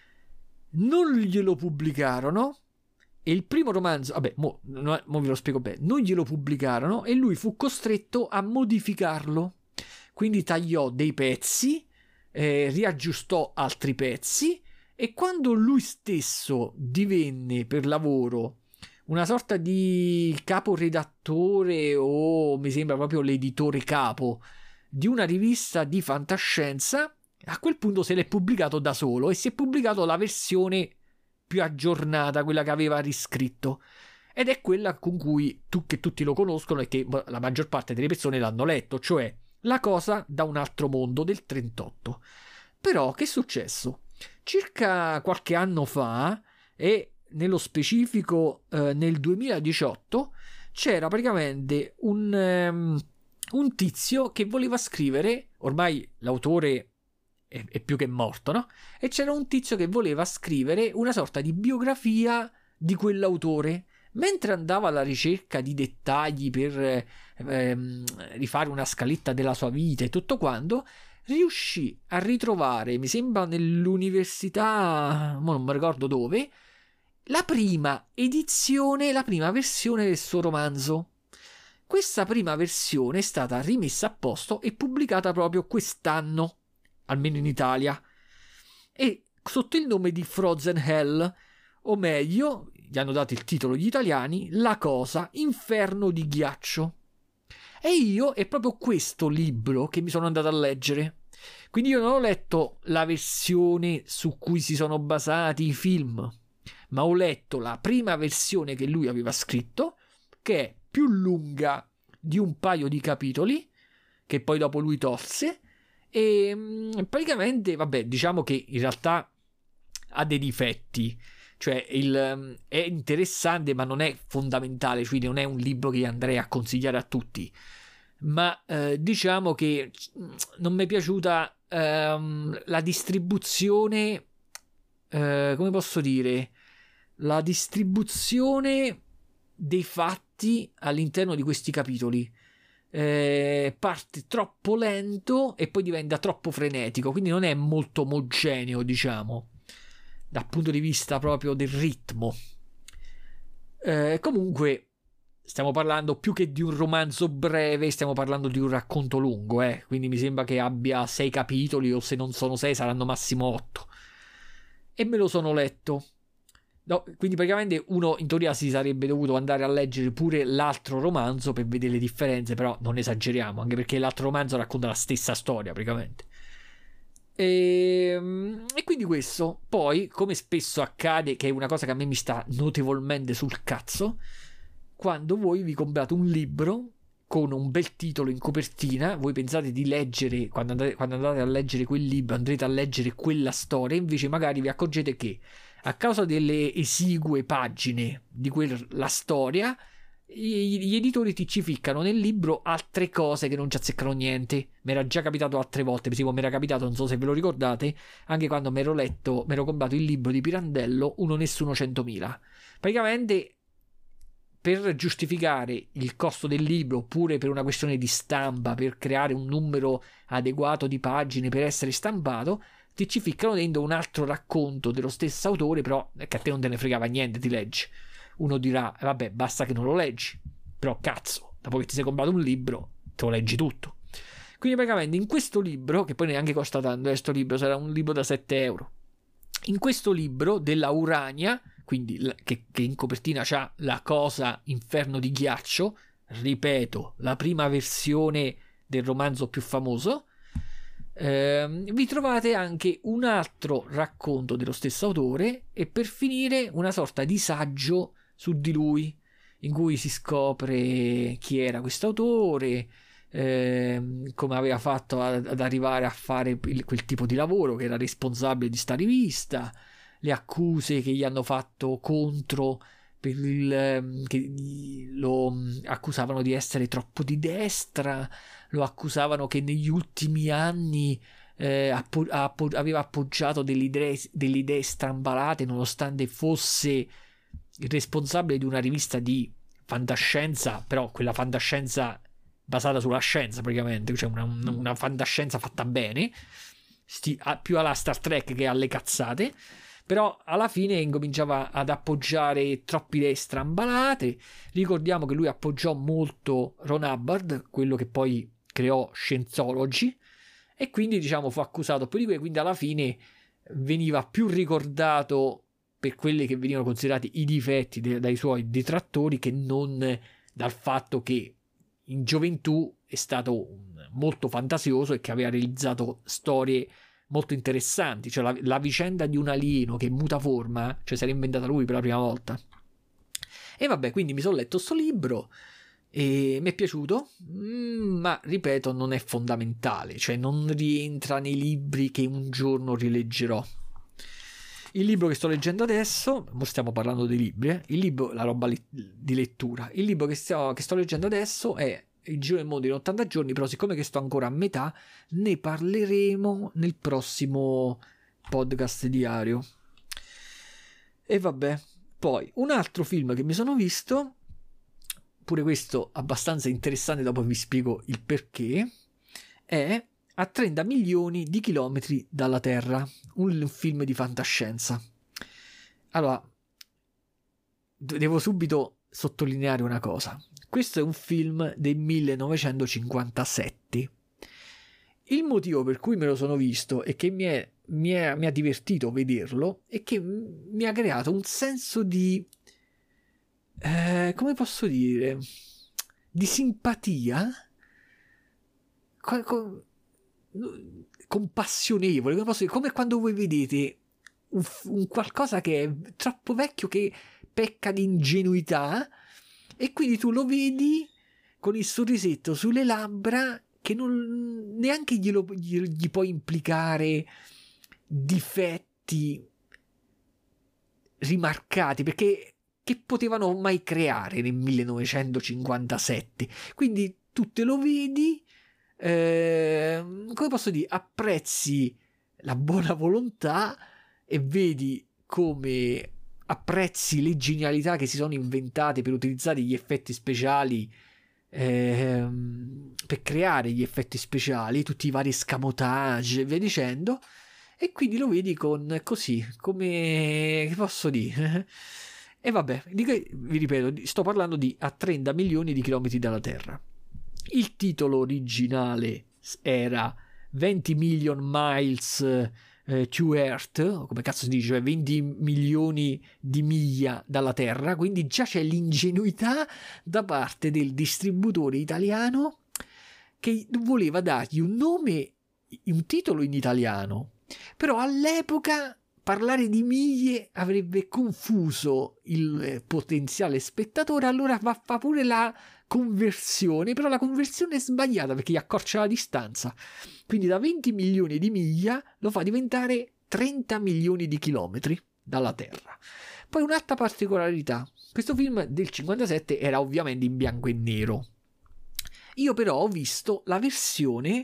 Speaker 1: Non glielo pubblicarono e il primo romanzo, vabbè, mo ve lo spiego bene, non glielo pubblicarono e lui fu costretto a modificarlo. Quindi tagliò dei pezzi, riaggiustò altri pezzi, e quando lui stesso divenne per lavoro una sorta di caporedattore, o mi sembra proprio l'editore capo di una rivista di fantascienza, a quel punto se l'è pubblicato da solo e si è pubblicato la versione più aggiornata, quella che aveva riscritto, ed è quella con cui che tutti lo conoscono e che la maggior parte delle persone l'hanno letto, cioè La cosa da un altro mondo del 38. Però che è successo? Circa qualche anno fa, e nello specifico nel 2018, c'era praticamente un tizio che voleva scrivere, ormai l'autore è più che morto, no? E c'era un tizio che voleva scrivere una sorta di biografia di quell'autore. Mentre andava alla ricerca di dettagli per rifare una scaletta della sua vita e tutto quanto, riuscì a ritrovare, mi sembra nell'università, non mi ricordo dove, la prima edizione, la prima versione del suo romanzo. Questa prima versione è stata rimessa a posto e pubblicata proprio quest'anno, almeno in Italia, e sotto il nome di Frozen Hell, o meglio, gli hanno dato il titolo gli italiani, La cosa, inferno di ghiaccio. E io è proprio questo libro che mi sono andato a leggere. Quindi io non ho letto la versione su cui si sono basati i film, ma ho letto la prima versione che lui aveva scritto, che è più lunga di un paio di capitoli, che poi dopo lui tolse, e praticamente, vabbè, diciamo che in realtà ha dei difetti, cioè è interessante ma non è fondamentale, quindi non è un libro che andrei a consigliare a tutti, ma diciamo che non mi è piaciuta la distribuzione, come posso dire, la distribuzione dei fatti all'interno di questi capitoli. Parte troppo lento e poi diventa troppo frenetico, quindi non è molto omogeneo, diciamo, dal punto di vista proprio del ritmo. Comunque stiamo parlando più che di un romanzo breve, stiamo parlando di un racconto lungo, quindi mi sembra che abbia 6 capitoli, o se non sono 6 saranno massimo 8, e me lo sono letto. No, quindi praticamente uno in teoria si sarebbe dovuto andare a leggere pure l'altro romanzo per vedere le differenze, però non esageriamo, anche perché l'altro romanzo racconta la stessa storia praticamente. E quindi questo, poi, come spesso accade, che è una cosa che a me mi sta notevolmente sul cazzo, quando voi vi comprate un libro con un bel titolo in copertina, voi pensate di leggere, quando andate a leggere quel libro andrete a leggere quella storia, invece magari vi accorgete che a causa delle esigue pagine di quella storia, gli editori ti ci ficcano nel libro altre cose che non ci azzeccano niente. Mi era già capitato altre volte, mi era capitato, non so se ve lo ricordate, anche quando mi ero comprato il libro di Pirandello, Uno Nessuno 100.000. Praticamente, per giustificare il costo del libro, oppure per una questione di stampa, per creare un numero adeguato di pagine per essere stampato, ti ci ficcano dentro un altro racconto dello stesso autore, però che a te non te ne fregava niente, ti leggi. Uno dirà, vabbè, basta che non lo leggi, però cazzo, dopo che ti sei comprato un libro te lo leggi tutto. Quindi praticamente in questo libro, che poi neanche costa tanto, questo libro sarà un libro da 7 euro, in questo libro della Urania, quindi che in copertina c'ha La cosa, inferno di ghiaccio, ripeto, la prima versione del romanzo più famoso, vi trovate anche un altro racconto dello stesso autore, e per finire una sorta di saggio su di lui, in cui si scopre chi era questo autore, come aveva fatto ad arrivare a fare quel tipo di lavoro, che era responsabile di sta rivista, le accuse che gli hanno fatto contro per che lo accusavano di essere troppo di destra, lo accusavano che negli ultimi anni aveva appoggiato delle idee strambalate, nonostante fosse il responsabile di una rivista di fantascienza, però quella fantascienza basata sulla scienza praticamente, cioè una fantascienza fatta bene, più alla Star Trek che alle cazzate. Però alla fine incominciava ad appoggiare troppe idee strambalate. Ricordiamo che lui appoggiò molto Ron Hubbard, quello che poi creò Scientology, e quindi diciamo fu accusato più di quello, quindi alla fine veniva più ricordato per quelli che venivano considerati i difetti dai suoi detrattori, che non dal fatto che in gioventù è stato molto fantasioso e che aveva realizzato storie molto interessanti, cioè la vicenda di un alieno che muta forma, cioè se l'ha inventata lui per la prima volta. E vabbè, quindi mi sono letto sto libro e mi è piaciuto, ma ripeto, non è fondamentale, cioè non rientra nei libri che un giorno rileggerò. Il libro che sto leggendo adesso, stiamo parlando dei libri, il libro, la roba di lettura, il libro che sto leggendo adesso è Il giro del mondo in 80 giorni, però siccome che sto ancora a metà, ne parleremo nel prossimo podcast diario. E vabbè, poi un altro film che mi sono visto, pure questo abbastanza interessante, dopo vi spiego il perché, è A 30 milioni di chilometri dalla Terra, un film di fantascienza. Allora, devo subito sottolineare una cosa. Questo è un film del 1957. Il motivo per cui me lo sono visto e che mi ha divertito vederlo è che mi ha creato un senso di... come posso dire? Di simpatia? Compassionevole, come posso dire? Come quando voi vedete un qualcosa che è troppo vecchio, che pecca di ingenuità, e quindi tu lo vedi con il sorrisetto sulle labbra, che non neanche gli puoi implicare difetti rimarcati, perché che potevano mai creare nel 1957? Quindi tu te lo vedi, come posso dire, apprezzi la buona volontà e vedi come apprezzi le genialità che si sono inventate per utilizzare gli effetti speciali, per creare gli effetti speciali, tutti i vari scamotage e via dicendo, e quindi lo vedi con così, come, che posso dire? E vabbè, vi ripeto, sto parlando di A 30 milioni di chilometri dalla Terra. Il titolo originale era 20 million miles to Earth, come cazzo si dice, cioè 20 milioni di miglia dalla Terra, quindi già c'è l'ingenuità da parte del distributore italiano che voleva dargli un nome, un titolo in italiano, però all'epoca parlare di miglia avrebbe confuso il potenziale spettatore, allora fa pure la conversione, però la conversione è sbagliata perché gli accorcia la distanza, quindi da 20 milioni di miglia lo fa diventare 30 milioni di chilometri dalla Terra. Poi un'altra particolarità, questo film del 57 era ovviamente in bianco e nero, io però ho visto la versione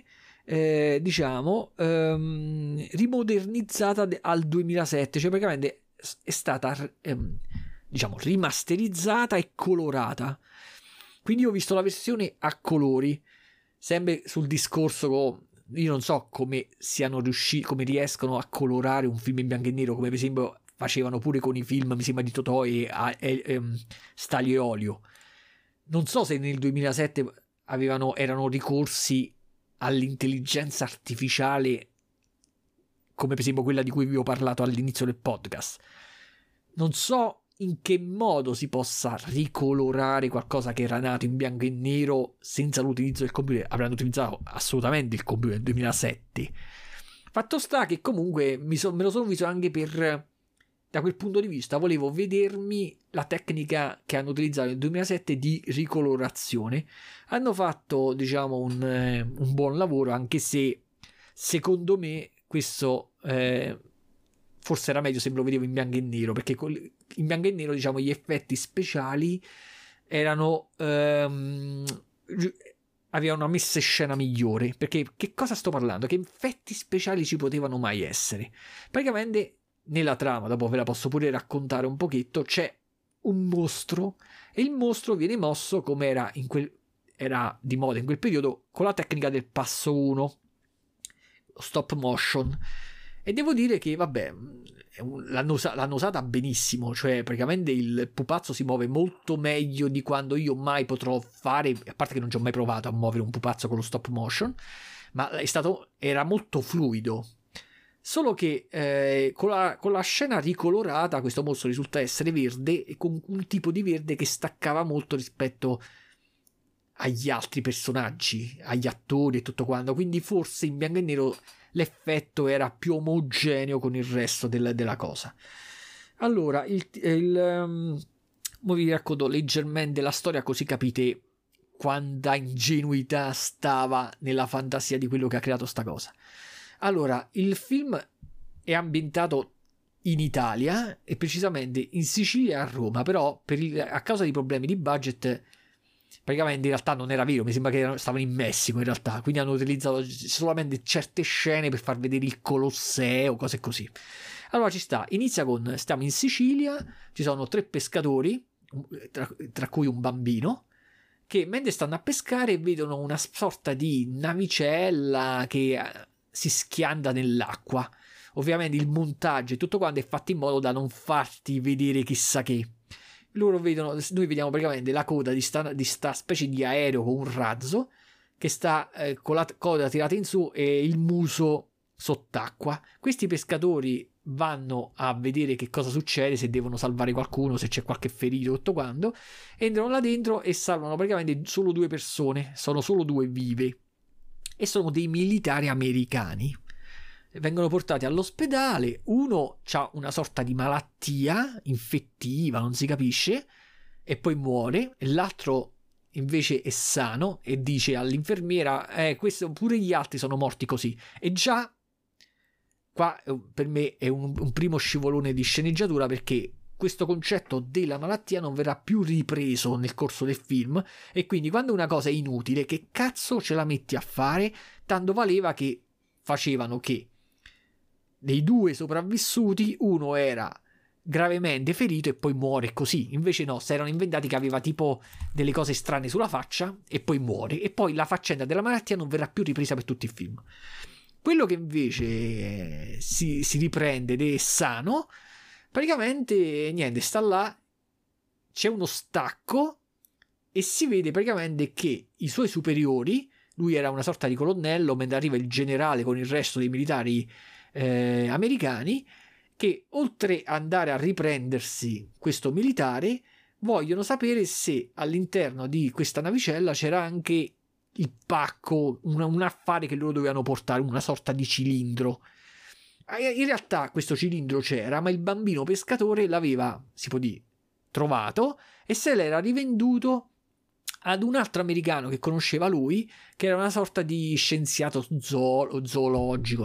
Speaker 1: rimodernizzata al 2007, cioè praticamente è stata rimasterizzata e colorata, quindi ho visto la versione a colori, sempre sul discorso, io non so come siano riusciti, come riescono a colorare un film in bianco e nero, come per esempio facevano pure con i film, mi sembra, di Totò e Stalio e Olio. Non so se nel 2007 erano ricorsi all'intelligenza artificiale, come per esempio quella di cui vi ho parlato all'inizio del podcast. Non so in che modo si possa ricolorare qualcosa che era nato in bianco e nero senza l'utilizzo del computer. Avranno utilizzato assolutamente il computer del 2007. Fatto sta che comunque me lo sono visto anche per da quel punto di vista volevo vedermi la tecnica che hanno utilizzato nel 2007 di ricolorazione. Hanno fatto, diciamo, un buon lavoro, anche se secondo me questo forse era meglio se me lo vedevo in bianco e nero, perché in bianco e nero, diciamo, gli effetti speciali erano avevano una messa in scena migliore. Perché che cosa sto parlando? Che effetti speciali ci potevano mai essere? Praticamente nella trama, dopo ve la posso pure raccontare un pochetto, c'è un mostro e il mostro viene mosso come era era di moda in quel periodo, con la tecnica del passo 1, stop motion. E devo dire che vabbè, l'hanno usata benissimo, cioè praticamente il pupazzo si muove molto meglio di quando io mai potrò fare, a parte che non ci ho mai provato a muovere un pupazzo con lo stop motion, ma era molto fluido. Solo che con la scena ricolorata questo mostro risulta essere verde, e con un tipo di verde che staccava molto rispetto agli altri personaggi, agli attori e tutto quanto. Quindi forse in bianco e nero l'effetto era più omogeneo con il resto della cosa. Allora, vi racconto leggermente la storia, così capite quanta ingenuità stava nella fantasia di quello che ha creato sta cosa. Allora, il film è ambientato in Italia e precisamente in Sicilia e a Roma, però a causa di problemi di budget praticamente in realtà non era vero, mi sembra che stavano in Messico in realtà, quindi hanno utilizzato solamente certe scene per far vedere il Colosseo, cose così. Allora stiamo in Sicilia, ci sono 3 pescatori, tra cui un bambino, che mentre stanno a pescare vedono una sorta di navicella che si schianta nell'acqua. Ovviamente il montaggio e tutto quanto è fatto in modo da non farti vedere chissà che. Noi vediamo praticamente la coda di sta specie di aereo con un razzo che sta con la coda tirata in su e il muso sott'acqua. Questi pescatori vanno a vedere che cosa succede, se devono salvare qualcuno, se c'è qualche ferito, tutto quanto. Entrano là dentro e salvano praticamente solo 2 persone, sono solo 2 vive e sono dei militari americani. Vengono portati all'ospedale, uno ha una sorta di malattia infettiva, non si capisce, e poi muore, e l'altro invece è sano e dice all'infermiera questo, pure gli altri sono morti così. E già qua per me è un primo scivolone di sceneggiatura, perché questo concetto della malattia non verrà più ripreso nel corso del film, e quindi quando una cosa è inutile, che cazzo ce la metti a fare? Tanto valeva che facevano che dei 2 sopravvissuti uno era gravemente ferito e poi muore così. Invece no, si erano inventati che aveva tipo delle cose strane sulla faccia e poi muore, e poi la faccenda della malattia non verrà più ripresa per tutto il film. Quello che invece si riprende ed è sano, praticamente niente, sta là, c'è uno stacco e si vede praticamente che i suoi superiori, lui era una sorta di colonnello, mentre arriva il generale con il resto dei militari americani, che oltre ad andare a riprendersi questo militare vogliono sapere se all'interno di questa navicella c'era anche il pacco, un affare che loro dovevano portare, una sorta di cilindro. In realtà questo cilindro c'era, ma il bambino pescatore l'aveva, si può dire, trovato e se l'era rivenduto ad un altro americano che conosceva lui, che era una sorta di scienziato zoologico,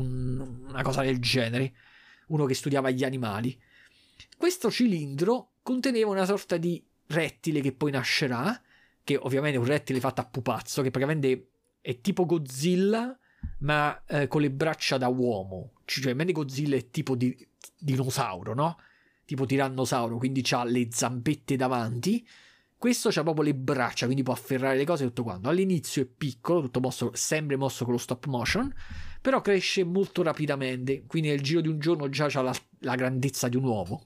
Speaker 1: una cosa del genere, uno che studiava gli animali. Questo cilindro conteneva una sorta di rettile che poi nascerà, che ovviamente è un rettile fatto a pupazzo, che praticamente è tipo Godzilla, ma con le braccia da uomo. Cioè, mentre Godzilla è tipo di dinosauro, no? Tipo tirannosauro, quindi ha le zampette davanti. Questo c'ha proprio le braccia, quindi può afferrare le cose e tutto quanto. All'inizio è piccolo, tutto mosso, sempre mosso con lo stop motion, però cresce molto rapidamente, quindi nel giro di un giorno già c'ha la grandezza di un uomo.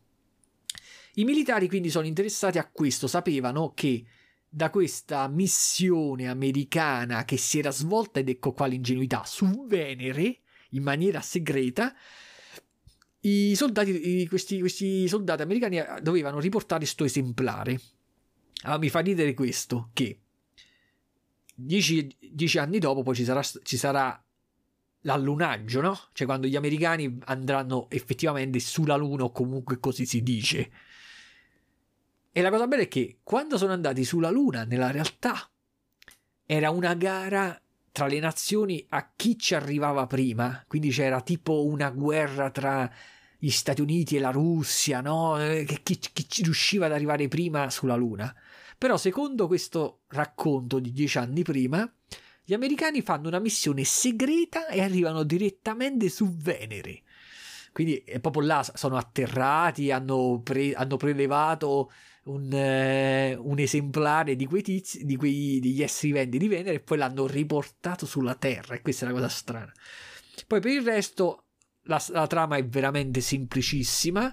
Speaker 1: I militari quindi sono interessati a questo, sapevano che da questa missione americana che si era svolta, ed ecco qua l'ingenuità, su Venere, in maniera segreta, questi soldati americani dovevano riportare sto esemplare. Allora, mi fa ridere questo, che 10 anni dopo poi ci sarà l'allunaggio, no? Cioè quando gli americani andranno effettivamente sulla Luna, o comunque così si dice. E la cosa bella è che quando sono andati sulla Luna, nella realtà, era una gara tra le nazioni a chi ci arrivava prima, quindi c'era tipo una guerra tra gli Stati Uniti e la Russia, no? Chi ci riusciva ad arrivare prima sulla Luna. Però secondo questo racconto di 10 anni prima, gli americani fanno una missione segreta e arrivano direttamente su Venere. Quindi proprio là sono atterrati, hanno prelevato un esemplare di quei tizi, degli esseri viventi di Venere, e poi l'hanno riportato sulla Terra, e questa è la cosa strana. Poi per il resto la trama è veramente semplicissima.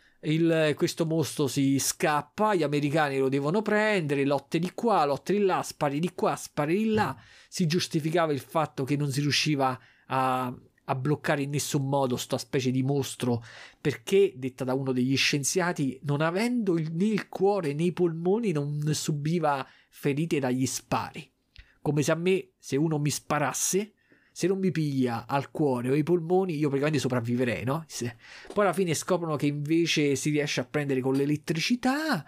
Speaker 1: Questo mostro si scappa, gli americani lo devono prendere, lotte di qua, lotte di là, spari di qua, spari di là. Si giustificava il fatto che non si riusciva a bloccare in nessun modo sta specie di mostro, perché, detta da uno degli scienziati, non avendo né il cuore né i polmoni, non subiva ferite dagli spari. Come se a me, se uno mi sparasse, se non mi piglia al cuore o ai polmoni, io praticamente sopravviverei, no? Poi alla fine scoprono che invece si riesce a prendere con l'elettricità,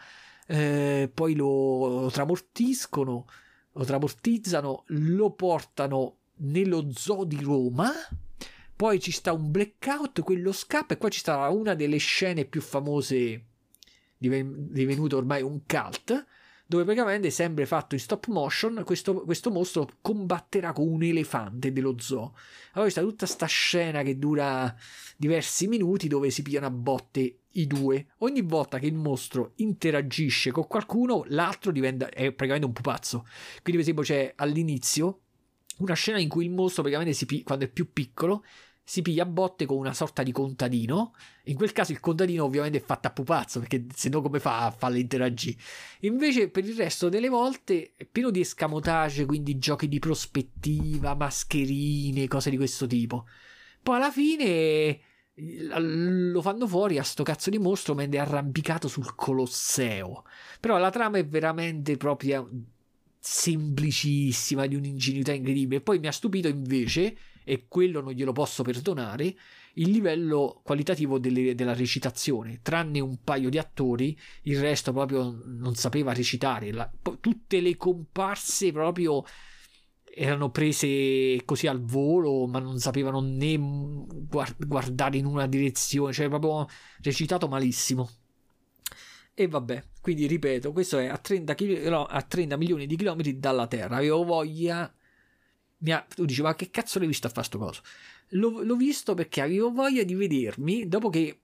Speaker 1: poi lo tramortiscono, lo tramortizzano, lo portano nello zoo di Roma. Poi ci sta un blackout, quello scappa, e qua ci sta una delle scene più famose, divenuto ormai un cult, dove praticamente, sempre fatto in stop motion, questo mostro combatterà con un elefante dello zoo. Allora c'è tutta sta scena che dura diversi minuti, dove si pigliano a botte i due. Ogni volta che il mostro interagisce con qualcuno, l'altro è praticamente un pupazzo. Quindi per esempio c'è all'inizio una scena in cui il mostro praticamente quando è più piccolo si piglia a botte con una sorta di contadino. In quel caso il contadino ovviamente è fatto a pupazzo, perché se no come fa a farle interagire? Invece per il resto delle volte è pieno di escamotage, quindi giochi di prospettiva, mascherine, cose di questo tipo. Poi alla fine lo fanno fuori a sto cazzo di mostro mentre è arrampicato sul Colosseo. Però la trama è veramente proprio semplicissima, di un'ingenuità incredibile. Poi mi ha stupito invece, e quello non glielo posso perdonare, il livello qualitativo della recitazione. Tranne un paio di attori, il resto proprio non sapeva recitare. Tutte le comparse proprio erano prese così al volo, ma non sapevano né guardare in una direzione, cioè proprio recitato malissimo. E vabbè, quindi ripeto, questo è a 30 milioni di chilometri dalla Terra. Avevo voglia. Tu dici, ma che cazzo l'hai visto a fare sto coso? L'ho visto perché avevo voglia di vedermi, dopo che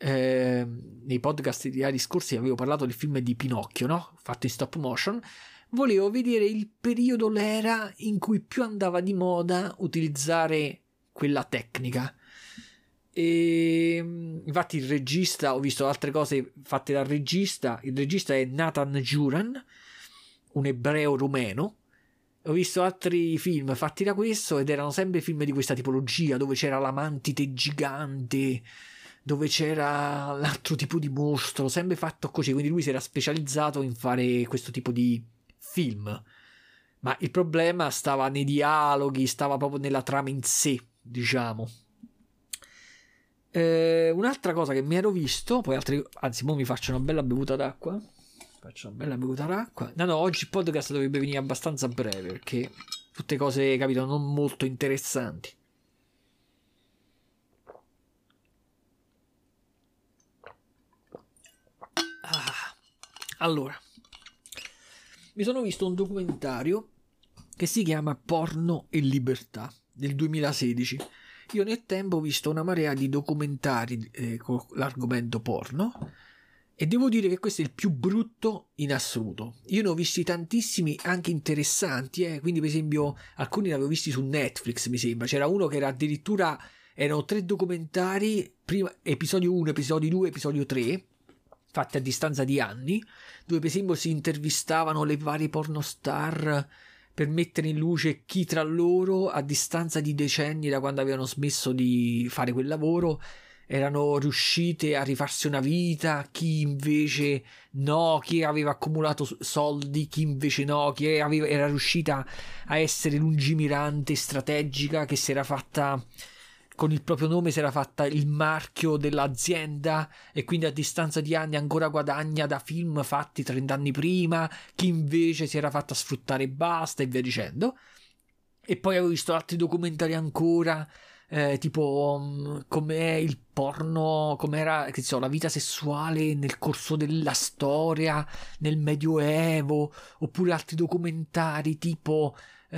Speaker 1: nei podcast di anni scorsi avevo parlato del film di Pinocchio, no? Fatto in stop motion. Volevo vedere il periodo, l'era in cui più andava di moda utilizzare quella tecnica. E infatti il regista, ho visto altre cose fatte dal regista. Il regista è Nathan Juran, un ebreo rumeno. Ho visto altri film fatti da questo ed erano sempre film di questa tipologia, dove c'era la mantide gigante, dove c'era l'altro tipo di mostro, sempre fatto così. Quindi lui si era specializzato in fare questo tipo di film, ma il problema stava nei dialoghi, stava proprio nella trama in sé, diciamo. Un'altra cosa che mi ero visto, poi anzi, mo mi faccio una bella bevuta d'acqua. No, oggi il podcast dovrebbe venire abbastanza breve, perché tutte cose, capito, non molto interessanti. Allora, mi sono visto un documentario che si chiama Porno e Libertà, del 2016. Io nel tempo ho visto una marea di documentari con l'argomento porno, e devo dire che questo è il più brutto in assoluto. Io ne ho visti tantissimi, anche interessanti, quindi per esempio alcuni li avevo visti su Netflix, mi sembra. C'era uno che era addirittura, erano 3 documentari, prima episodio 1, episodio 2, episodio 3, fatti a distanza di anni, dove per esempio si intervistavano le varie pornostar per mettere in luce chi tra loro, a distanza di decenni da quando avevano smesso di fare quel lavoro, erano riuscite a rifarsi una vita, chi invece no, chi aveva accumulato soldi, chi invece no, chi era riuscita a essere lungimirante, strategica, che si era fatta con il proprio nome, si era fatta il marchio dell'azienda e quindi a distanza di anni ancora guadagna da film fatti 30 anni prima, chi invece si era fatta sfruttare e basta, e via dicendo. E poi avevo visto altri documentari ancora, tipo com'è il porno, com'era, che so, la vita sessuale nel corso della storia, nel Medioevo, oppure altri documentari tipo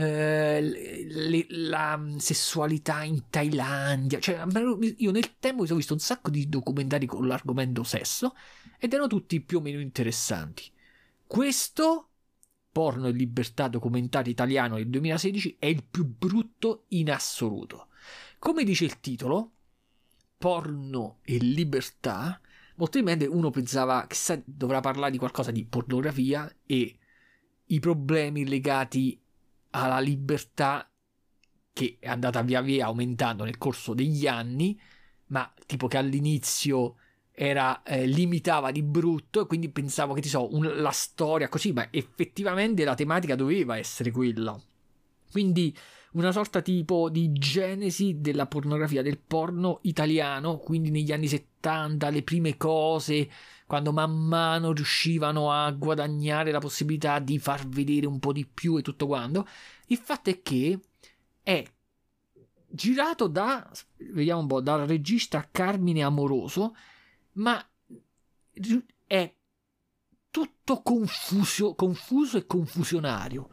Speaker 1: la sessualità in Thailandia. Cioè, io nel tempo mi sono visto un sacco di documentari con l'argomento sesso ed erano tutti più o meno interessanti. Questo Porno e Libertà, documentario italiano del 2016, è il più brutto in assoluto. Come dice il titolo, Porno e Libertà, molto probabilmente uno pensava che dovrà parlare di qualcosa di pornografia e i problemi legati alla libertà che è andata via via aumentando nel corso degli anni, ma tipo che all'inizio limitava di brutto, e quindi pensavo che la storia così, ma effettivamente la tematica doveva essere quella. Quindi una sorta tipo di genesi della pornografia, del porno italiano, quindi negli anni 70, le prime cose, quando man mano riuscivano a guadagnare la possibilità di far vedere un po' di più e tutto quanto. Il fatto è che è girato vediamo un po', dal regista Carmine Amoroso, ma è tutto confuso e confusionario.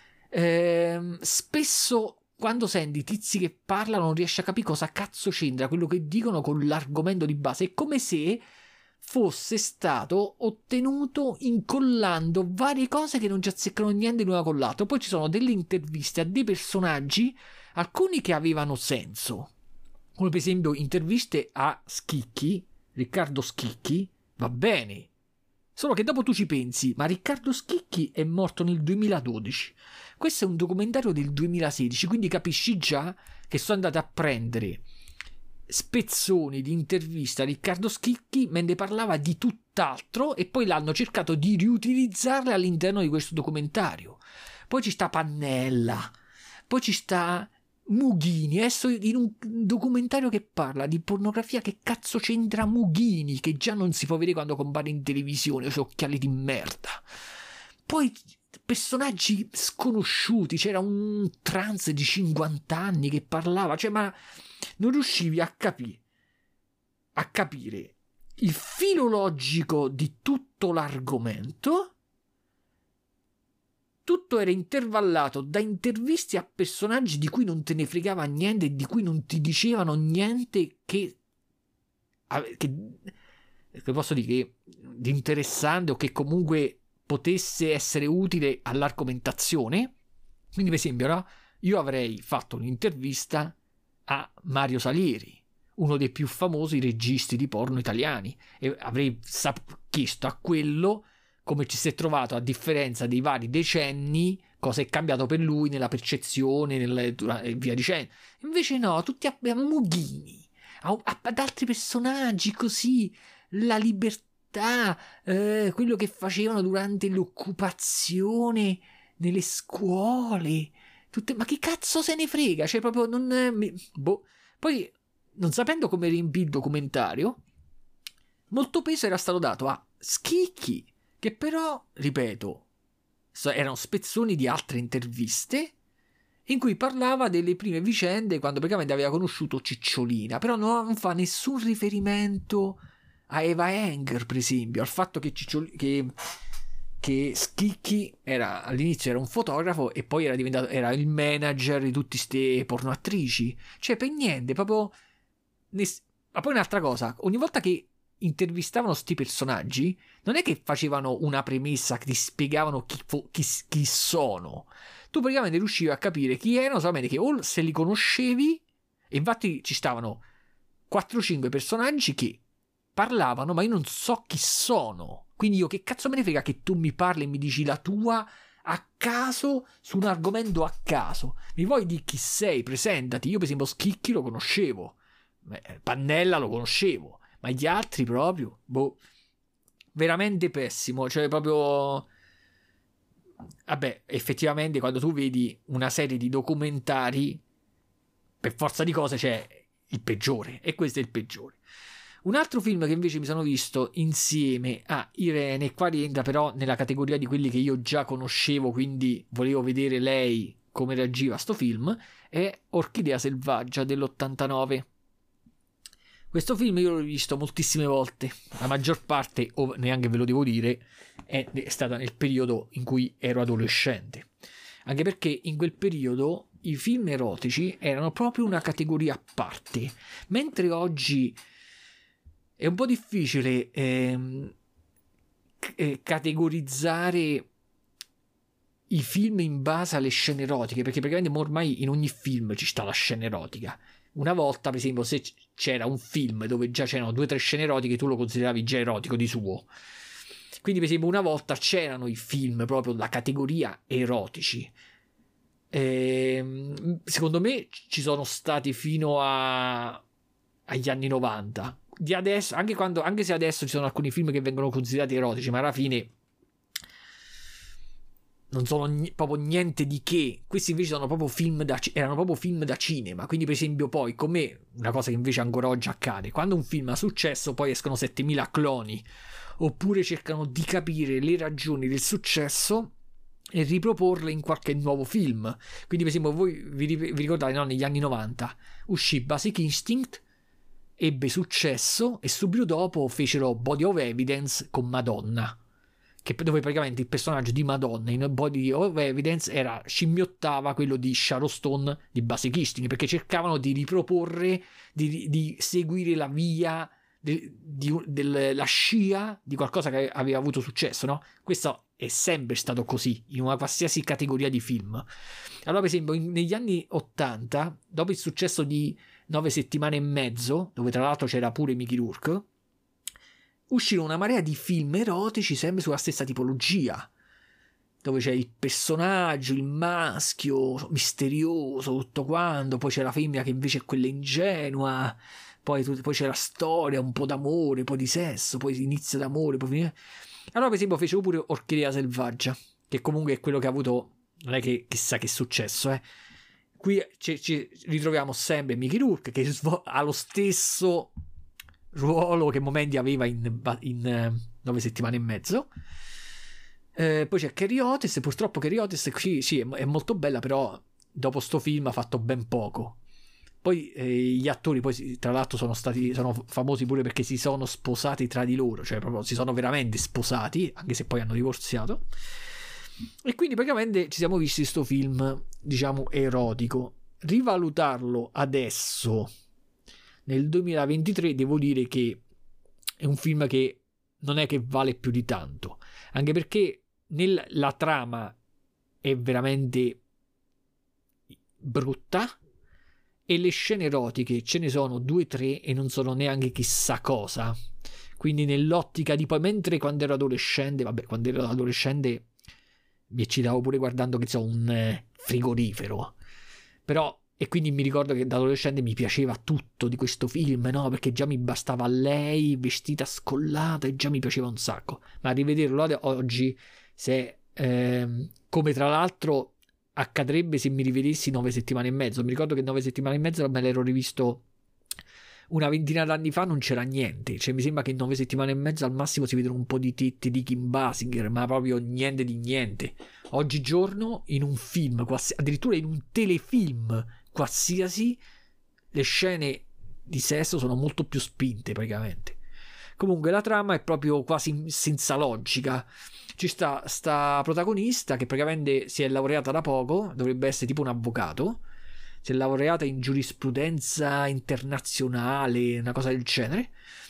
Speaker 1: Spesso quando senti tizi che parlano non riesci a capire cosa cazzo c'entra quello che dicono con l'argomento di base. È come se fosse stato ottenuto incollando varie cose che non ci azzeccano niente l'una con l'altro. Poi ci sono delle interviste a dei personaggi, alcuni che avevano senso, come per esempio interviste a Schicchi, Riccardo Schicchi, va bene, solo che dopo tu ci pensi, ma Riccardo Schicchi è morto nel 2012, questo è un documentario del 2016, quindi capisci già che sono andato a prendere spezzoni di intervista a Riccardo Schicchi mentre parlava di tutt'altro e poi l'hanno cercato di riutilizzarle all'interno di questo documentario. Poi ci sta Pannella, poi ci sta Mughini, adesso in un documentario che parla di pornografia. Che cazzo c'entra Mughini, che già non si può vedere quando compare in televisione, quei occhiali di merda. Poi personaggi sconosciuti, c'era un trans di 50 anni che parlava, cioè, ma non riuscivi a capire il filo logico di tutto l'argomento. Tutto era intervallato da interviste a personaggi di cui non te ne fregava niente e di cui non ti dicevano niente che posso dire, che di interessante o che comunque potesse essere utile all'argomentazione. Quindi per esempio, no? Io avrei fatto un'intervista a Mario Salieri, uno dei più famosi registi di porno italiani, e avrei chiesto a quello come ci si è trovato a differenza dei vari decenni, cosa è cambiato per lui nella percezione e via dicendo. Invece no, tutti abbiamo Mughini, ad altri personaggi così, la libertà, quello che facevano durante l'occupazione nelle scuole, ma che cazzo se ne frega, cioè proprio Poi, non sapendo come riempire il documentario, molto peso era stato dato a Schicchi, che però, ripeto, erano spezzoni di altre interviste in cui parlava delle prime vicende quando praticamente aveva conosciuto Cicciolina, però non fa nessun riferimento a Eva Enger, per esempio, al fatto che Schicchi all'inizio era un fotografo e poi era il manager di tutte ste pornoattrici, cioè per niente, proprio. Ma poi un'altra cosa, ogni volta che intervistavano sti personaggi non è che facevano una premessa che ti spiegavano chi sono. Tu praticamente riuscivi a capire chi erano solamente che o se li conoscevi, e infatti ci stavano 4-5 personaggi che parlavano ma io non so chi sono, quindi io che cazzo me ne frega che tu mi parli e mi dici la tua a caso su un argomento a caso. Mi vuoi di chi sei? Presentati. Io per esempio Schicchi lo conoscevo, Pannella lo conoscevo, ma gli altri proprio, boh, veramente pessimo, cioè proprio... Vabbè, effettivamente quando tu vedi una serie di documentari, per forza di cose c'è il peggiore, e questo è il peggiore. Un altro film che invece mi sono visto insieme a Irene, qua rientra però nella categoria di quelli che io già conoscevo, quindi volevo vedere lei come reagiva a sto film, è Orchidea selvaggia dell'89. Questo film io l'ho visto moltissime volte, la maggior parte, o neanche ve lo devo dire, è stata nel periodo in cui ero adolescente. Anche perché in quel periodo i film erotici erano proprio una categoria a parte, mentre oggi è un po' difficile categorizzare i film in base alle scene erotiche, perché praticamente ormai in ogni film ci sta la scena erotica. Una volta, per esempio, se c'era un film dove già c'erano 2 o 3 scene erotiche, tu lo consideravi già erotico di suo. Quindi, per esempio, una volta c'erano i film proprio la categoria erotici. Secondo me ci sono stati fino agli anni 90. Di adesso, anche se adesso ci sono alcuni film che vengono considerati erotici, ma alla fine non sono proprio niente di che. Questi invece sono proprio erano proprio film da cinema. Quindi, per esempio, poi, come una cosa che invece ancora oggi accade, quando un film ha successo, poi escono 7000 cloni, oppure cercano di capire le ragioni del successo e riproporle in qualche nuovo film. Quindi, per esempio, voi vi ricordate, no, negli anni 90 uscì Basic Instinct, ebbe successo e subito dopo fecero Body of Evidence con Madonna, dove praticamente il personaggio di Madonna in Body of Evidence scimmiottava quello di Sharon Stone di Basic Instinct, perché cercavano di riproporre, di seguire la via della scia di qualcosa che aveva avuto successo, no? Questo è sempre stato così in una qualsiasi categoria di film. Allora, per esempio, negli anni 80, dopo il successo di 9 settimane e mezzo, dove tra l'altro c'era pure Mickey Rourke, uscirono una marea di film erotici sempre sulla stessa tipologia, dove c'è il personaggio, il maschio misterioso, tutto quanto, poi c'è la femmina che invece è quella ingenua, poi c'è la storia, un po' d'amore, un po' di sesso, poi si inizia d'amore, poi finisce. Allora, per esempio, fece pure Orchidea selvaggia, che comunque è quello che ha avuto, non è che chissà che successo, Qui ci ritroviamo sempre Mickey Rourke, che ha lo stesso ruolo che Momendi aveva in 9 settimane e mezzo. Poi c'è Carrie Otis, purtroppo Carrie Otis sì, è molto bella, però dopo sto film ha fatto ben poco. Poi gli attori poi tra l'altro sono famosi pure perché si sono sposati tra di loro, cioè proprio si sono veramente sposati, anche se poi hanno divorziato. E quindi praticamente ci siamo visti sto film, diciamo, erotico. Rivalutarlo adesso nel 2023 devo dire che è un film che non è che vale più di tanto, anche perché la trama è veramente brutta e le scene erotiche ce ne sono 2 o 3 e non sono neanche chissà cosa. Quindi nell'ottica di poi, mentre quando ero adolescente mi eccitavo pure guardando che so un frigorifero, però, e quindi mi ricordo che da adolescente mi piaceva tutto di questo film, no? Perché già mi bastava lei vestita scollata e già mi piaceva un sacco. Ma a rivederlo oggi, se come tra l'altro accadrebbe se mi rivedessi 9 settimane e mezzo. Mi ricordo che 9 settimane e mezzo me l'ero rivisto una ventina d'anni fa, non c'era niente, cioè mi sembra che in 9 settimane e mezzo al massimo si vedono un po' di tetti di Kim Basinger, ma proprio niente di niente. Oggigiorno in un film, addirittura in un telefilm qualsiasi, le scene di sesso sono molto più spinte praticamente. Comunque la trama è proprio quasi senza logica. Ci sta protagonista che praticamente si è laureata da poco, dovrebbe essere tipo un avvocato, si è laureata in giurisprudenza internazionale, una cosa del genere.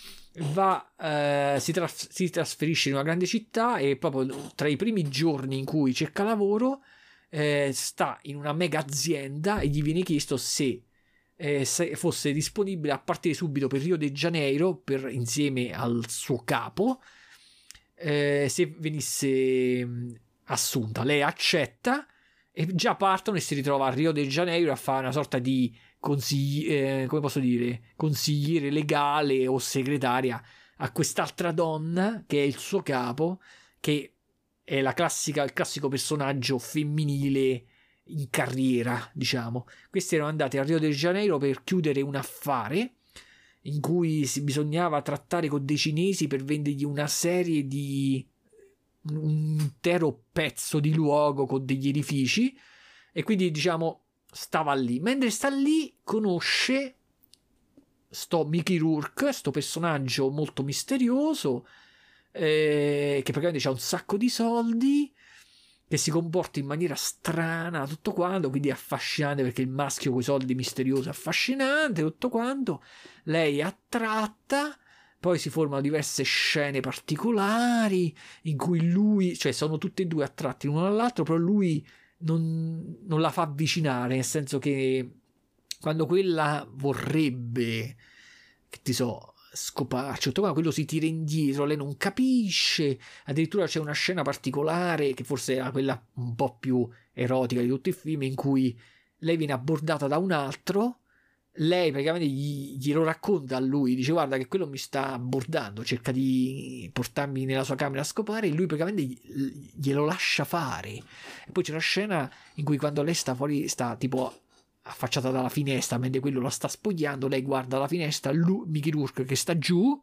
Speaker 1: Si trasferisce in una grande città e proprio tra i primi giorni in cui cerca lavoro sta in una mega azienda e gli viene chiesto se fosse disponibile a partire subito per Rio de Janeiro insieme al suo capo, se venisse assunta. Lei accetta e già partono e si ritrova a Rio de Janeiro a fare una sorta di come posso dire, consigliere legale o segretaria a quest'altra donna che è il suo capo, che è il classico personaggio femminile in carriera, diciamo. Questi erano andati a Rio de Janeiro per chiudere un affare in cui bisognava trattare con dei cinesi per vendergli una serie di un intero pezzo di luogo con degli edifici, e quindi diciamo stava lì. Mentre sta lì conosce sto Mickey Rourke, sto personaggio molto misterioso, che praticamente ha un sacco di soldi, che si comporta in maniera strana, tutto quanto, quindi è affascinante perché il maschio con i soldi misterioso è affascinante, tutto quanto. Lei è attratta, poi si formano diverse scene particolari in cui lui, cioè sono tutti e due attratti l'uno dall'altro, però lui non la fa avvicinare, nel senso che quando quella vorrebbe, che ti so, scoparci, quello si tira indietro, lei non capisce. Addirittura c'è una scena particolare che forse era quella un po' più erotica di tutto il film, in cui lei viene abbordata da un altro, lei praticamente glielo racconta a lui, dice guarda che quello mi sta abbordando, cerca di portarmi nella sua camera a scopare, e lui praticamente glielo lascia fare. E poi c'è una scena in cui quando lei sta fuori, sta tipo affacciata dalla finestra mentre quello la sta spogliando, lei guarda la finestra, Mickey Rourke che sta giù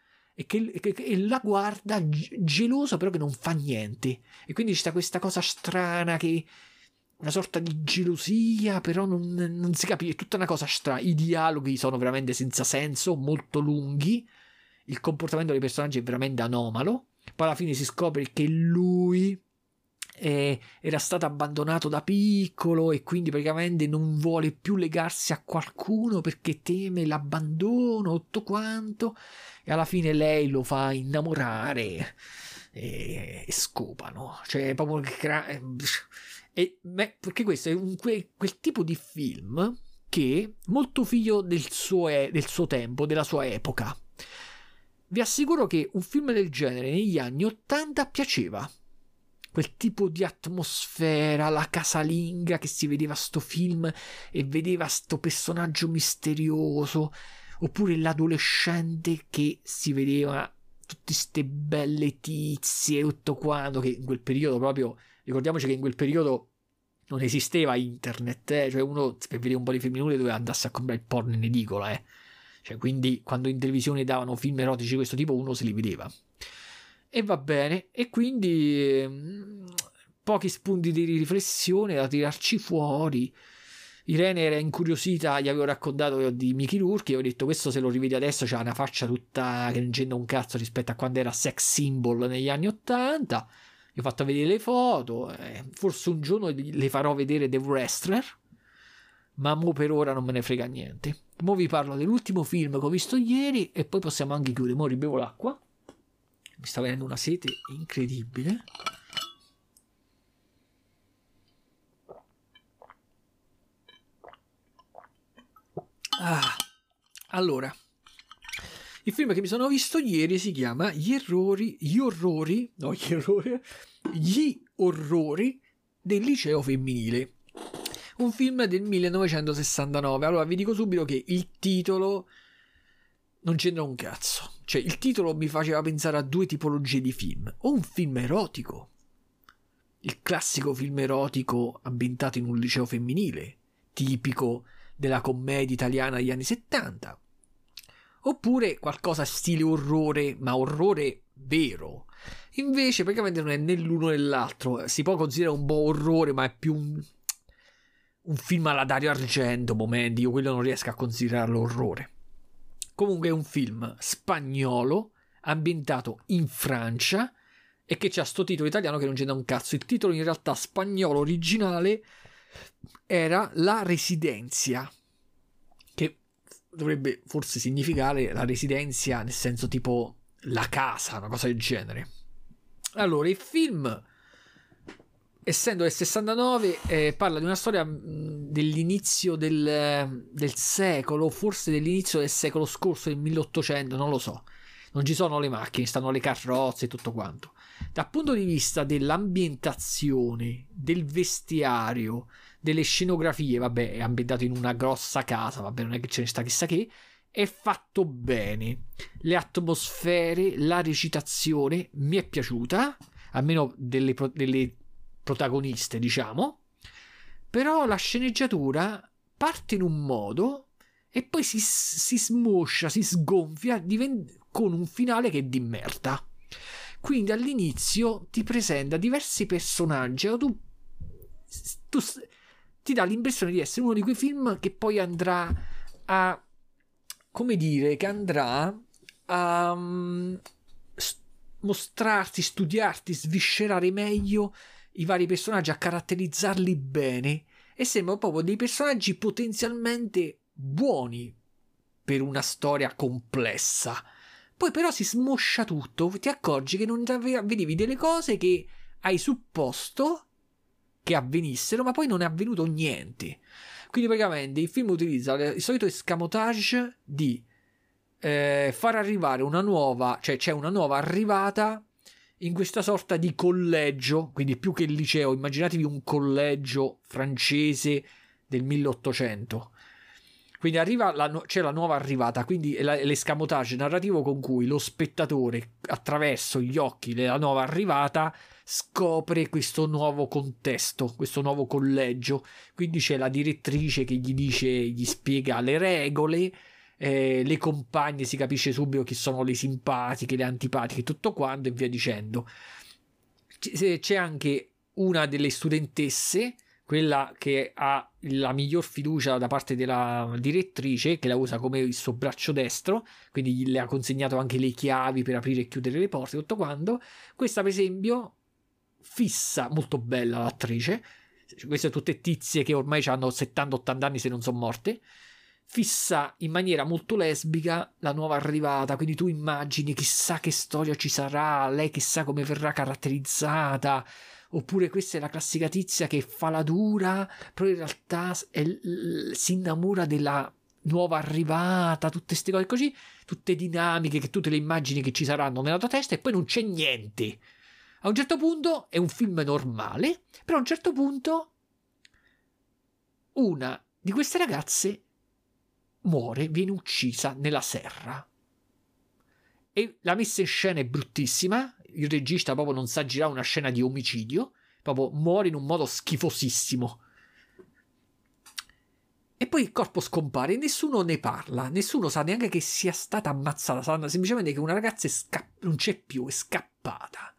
Speaker 1: e la guarda gelosa, però che non fa niente, e quindi c'è questa cosa strana, che una sorta di gelosia, però non si capisce, è tutta una cosa strana. I dialoghi sono veramente senza senso, molto lunghi, il comportamento dei personaggi è veramente anomalo. Poi alla fine si scopre che lui era stato abbandonato da piccolo e quindi praticamente non vuole più legarsi a qualcuno perché teme l'abbandono, tutto quanto, e alla fine lei lo fa innamorare e scopano, cioè proprio perché questo è quel tipo di film che molto figlio del suo tempo, della sua epoca. Vi assicuro che un film del genere negli anni 80 piaceva. Quel tipo di atmosfera, la casalinga che si vedeva sto film e vedeva sto personaggio misterioso, oppure l'adolescente che si vedeva tutte ste belle tizie e tutto quanto, che in quel periodo proprio, ricordiamoci che in quel periodo non esisteva internet, cioè uno per vedere un po' di femminile doveva andarsi a comprare il porno in edicola, cioè quindi quando in televisione davano film erotici di questo tipo uno se li vedeva. E va bene, e quindi pochi spunti di riflessione da tirarci fuori. Irene era incuriosita, gli avevo raccontato di Mickey Rourke, e ho detto questo se lo rivedi adesso c'ha una faccia tutta che non c'entra un cazzo rispetto a quando era sex symbol negli anni 80. Gli ho fatto vedere le foto, forse un giorno le farò vedere The Wrestler, ma mo per ora non me ne frega niente. Mo vi parlo dell'ultimo film che ho visto ieri e poi possiamo anche chiudere. Mo ribevo l'acqua, mi sta venendo una sete incredibile. Allora, il film che mi sono visto ieri si chiama Gli orrori del liceo femminile, un film del 1969. Allora vi dico subito che il titolo non c'entra un cazzo, cioè il titolo mi faceva pensare a due tipologie di film: o un film erotico, il classico film erotico ambientato in un liceo femminile tipico della commedia italiana degli anni 70, oppure qualcosa stile orrore, ma orrore vero. Invece praticamente non è né l'uno né l'altro, si può considerare un po' orrore, ma è più un film alla Dario Argento, momenti, io quello non riesco a considerarlo orrore. Comunque è un film spagnolo ambientato in Francia e che c'ha sto titolo italiano che non c'entra un cazzo. Il titolo in realtà spagnolo originale era La Residencia, che dovrebbe forse significare la residenza nel senso tipo la casa, una cosa del genere. Allora, il film, essendo del 69, parla di una storia dell'inizio del secolo, forse dell'inizio del secolo scorso, del 1800, non lo so. Non ci sono le macchine, stanno le carrozze e tutto quanto. Dal punto di vista dell'ambientazione, del vestiario, delle scenografie, vabbè, è ambientato in una grossa casa, vabbè, non è che ce ne sta chissà che, è fatto bene, le atmosfere, la recitazione mi è piaciuta, almeno delle protagoniste, diciamo, però la sceneggiatura parte in un modo e poi si smoscia, si sgonfia con un finale che è di merda. Quindi all'inizio ti presenta diversi personaggi, ti dà l'impressione di essere uno di quei film che poi andrà a, come dire, che andrà a mostrarti, studiarti, sviscerare meglio i vari personaggi, a caratterizzarli bene, e sembrano proprio dei personaggi potenzialmente buoni per una storia complessa. Poi però si smoscia tutto, ti accorgi che non vedevi delle cose che hai supposto che avvenissero, ma poi non è avvenuto niente. Quindi praticamente il film utilizza il solito escamotage di far arrivare una nuova, cioè c'è una nuova arrivata in questa sorta di collegio, quindi più che il liceo, immaginatevi un collegio francese del 1800. Quindi c'è la nuova arrivata, quindi è l'escamotage narrativo con cui lo spettatore, attraverso gli occhi della nuova arrivata, scopre questo nuovo contesto, questo nuovo collegio. Quindi c'è la direttrice che gli spiega le regole, le compagne si capisce subito chi sono le simpatiche, le antipatiche, tutto quanto e via dicendo. C'è anche una delle studentesse, quella che ha la miglior fiducia da parte della direttrice, che la usa come il suo braccio destro, quindi le ha consegnato anche le chiavi per aprire e chiudere le porte, tutto quanto. Questa per esempio fissa, molto bella l'attrice, queste tutte tizie che ormai hanno 70-80 anni se non sono morte, fissa in maniera molto lesbica la nuova arrivata, quindi tu immagini chissà che storia ci sarà, lei chissà come verrà caratterizzata, oppure questa è la classica tizia che fa la dura, però in realtà si innamora della nuova arrivata, tutte queste cose così, tutte dinamiche che tu te le immagini che ci saranno nella tua testa, e poi non c'è niente. A un certo punto è un film normale, però a un certo punto una di queste ragazze muore, viene uccisa nella serra. E la messa in scena è bruttissima, il regista proprio non sa girare una scena di omicidio, proprio muore in un modo schifosissimo. E poi il corpo scompare e nessuno ne parla, nessuno sa neanche che sia stata ammazzata, sa semplicemente che una ragazza non c'è più, è scappata.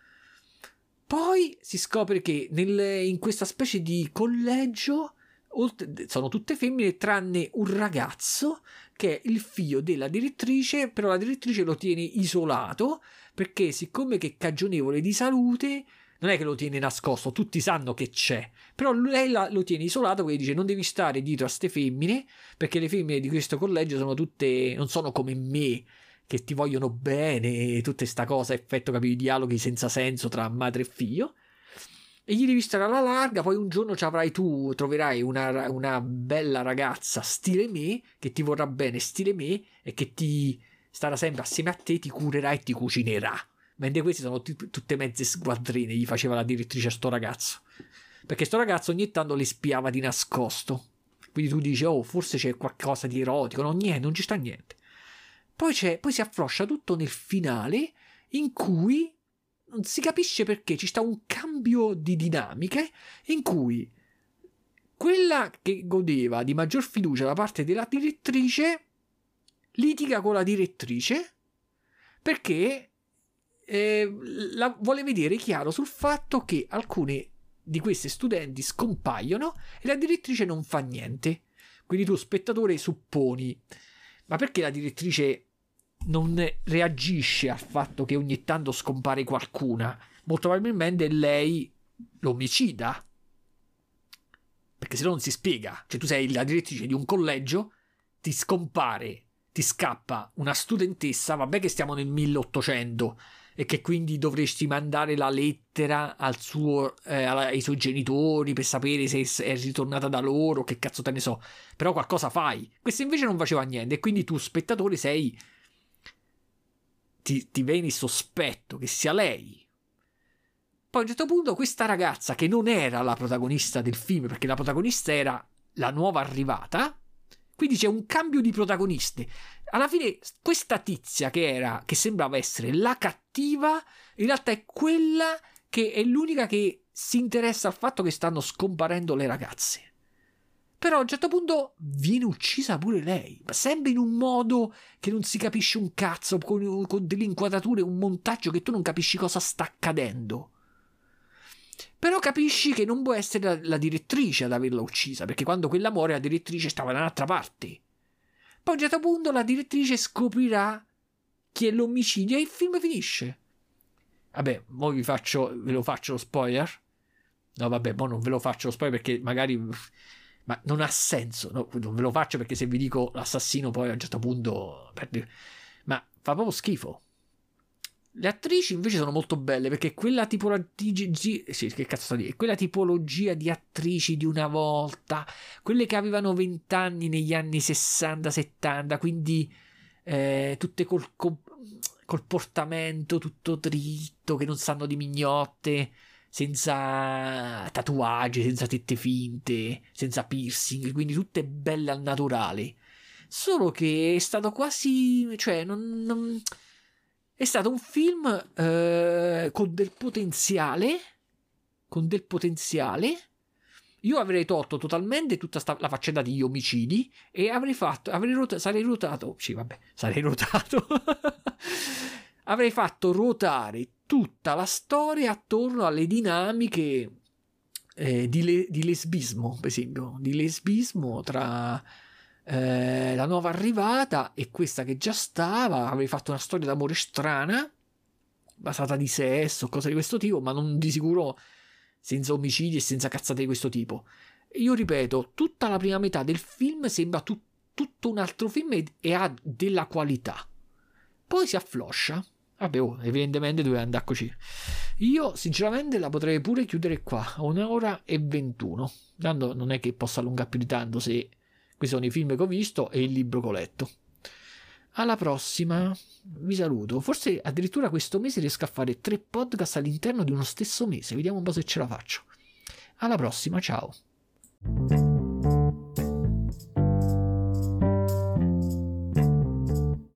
Speaker 1: Poi si scopre che in questa specie di collegio sono tutte femmine tranne un ragazzo che è il figlio della direttrice, però la direttrice lo tiene isolato perché siccome che è cagionevole di salute non è che lo tiene nascosto, tutti sanno che c'è, però lei lo tiene isolato, quindi dice non devi stare dietro a ste femmine perché le femmine di questo collegio sono tutte, non sono come me che ti vogliono bene, tutta sta cosa, effetto capire i dialoghi senza senso tra madre e figlio. E gli devi stare alla larga, poi un giorno troverai una bella ragazza stile me, che ti vorrà bene stile me, e che ti starà sempre assieme a te, ti curerà e ti cucinerà. Mentre queste sono tutte mezze squadrine, gli faceva la direttrice a sto ragazzo. Perché sto ragazzo ogni tanto le spiava di nascosto. Quindi tu dici, oh, forse c'è qualcosa di erotico. No, niente, non ci sta niente. Poi si affloscia tutto nel finale, in cui non si capisce perché ci sta un cambio di dinamiche in cui quella che godeva di maggior fiducia da parte della direttrice litiga con la direttrice perché la vuole vedere chiaro sul fatto che alcune di queste studenti scompaiono e la direttrice non fa niente. Quindi tu spettatore supponi, ma perché la direttrice non reagisce al fatto che ogni tanto scompare qualcuna? Molto probabilmente lei l'omicida, perché se no non si spiega. Cioè tu sei la direttrice di un collegio, ti scompare, ti scappa una studentessa, vabbè che stiamo nel 1800 e che quindi dovresti mandare la lettera ai suoi genitori per sapere se è ritornata da loro, che cazzo te ne so, però qualcosa fai. Questa invece non faceva niente e quindi tu spettatore ti viene il sospetto che sia lei. Poi a un certo punto questa ragazza, che non era la protagonista del film, perché la protagonista era la nuova arrivata, quindi c'è un cambio di protagoniste. Alla fine questa tizia che sembrava essere la cattiva, in realtà è quella che è l'unica che si interessa al fatto che stanno scomparendo le ragazze. Però a un certo punto viene uccisa pure lei, ma sempre in un modo che non si capisce un cazzo, con delle inquadrature, un montaggio che tu non capisci cosa sta accadendo. Però capisci che non può essere la direttrice ad averla uccisa, perché quando quella muore la direttrice stava da un'altra parte. Poi a un certo punto la direttrice scoprirà chi è l'omicidio e il film finisce. Vabbè, mo ve lo faccio lo spoiler. No, vabbè, mo non ve lo faccio lo spoiler perché magari... Ma non ha senso, no? Non ve lo faccio perché se vi dico l'assassino poi a un certo punto... Ma fa proprio schifo. Le attrici invece sono molto belle perché quella tipologia... Sì, che cazzo sta a dire? Quella tipologia di attrici di una volta, quelle che avevano 20 anni negli anni 60-70, quindi tutte col portamento tutto dritto, che non sanno di mignotte, senza tatuaggi, senza tette finte, senza piercing, quindi tutte belle al naturale. Solo che è stato quasi... cioè è stato un film con del potenziale. Io avrei tolto totalmente tutta la faccenda degli omicidi e sarei rotato. Avrei fatto ruotare tutta la storia attorno alle dinamiche di lesbismo, per esempio, di lesbismo tra la nuova arrivata e questa che già stava. Avrei fatto una storia d'amore strana, basata di sesso, cose di questo tipo, ma non di sicuro senza omicidi e senza cazzate di questo tipo. Io ripeto, tutta la prima metà del film sembra tutto un altro film e ha della qualità. Poi si affloscia. Vabbè, evidentemente doveva andare così. Io sinceramente la potrei pure chiudere qua a 1 ora e 21. Tanto non è che possa allungare più di tanto se questi sono i film che ho visto e il libro che ho letto. Alla prossima, vi saluto. Forse addirittura questo mese riesco a fare 3 podcast all'interno di uno stesso mese. Vediamo un po' se ce la faccio. Alla prossima, ciao.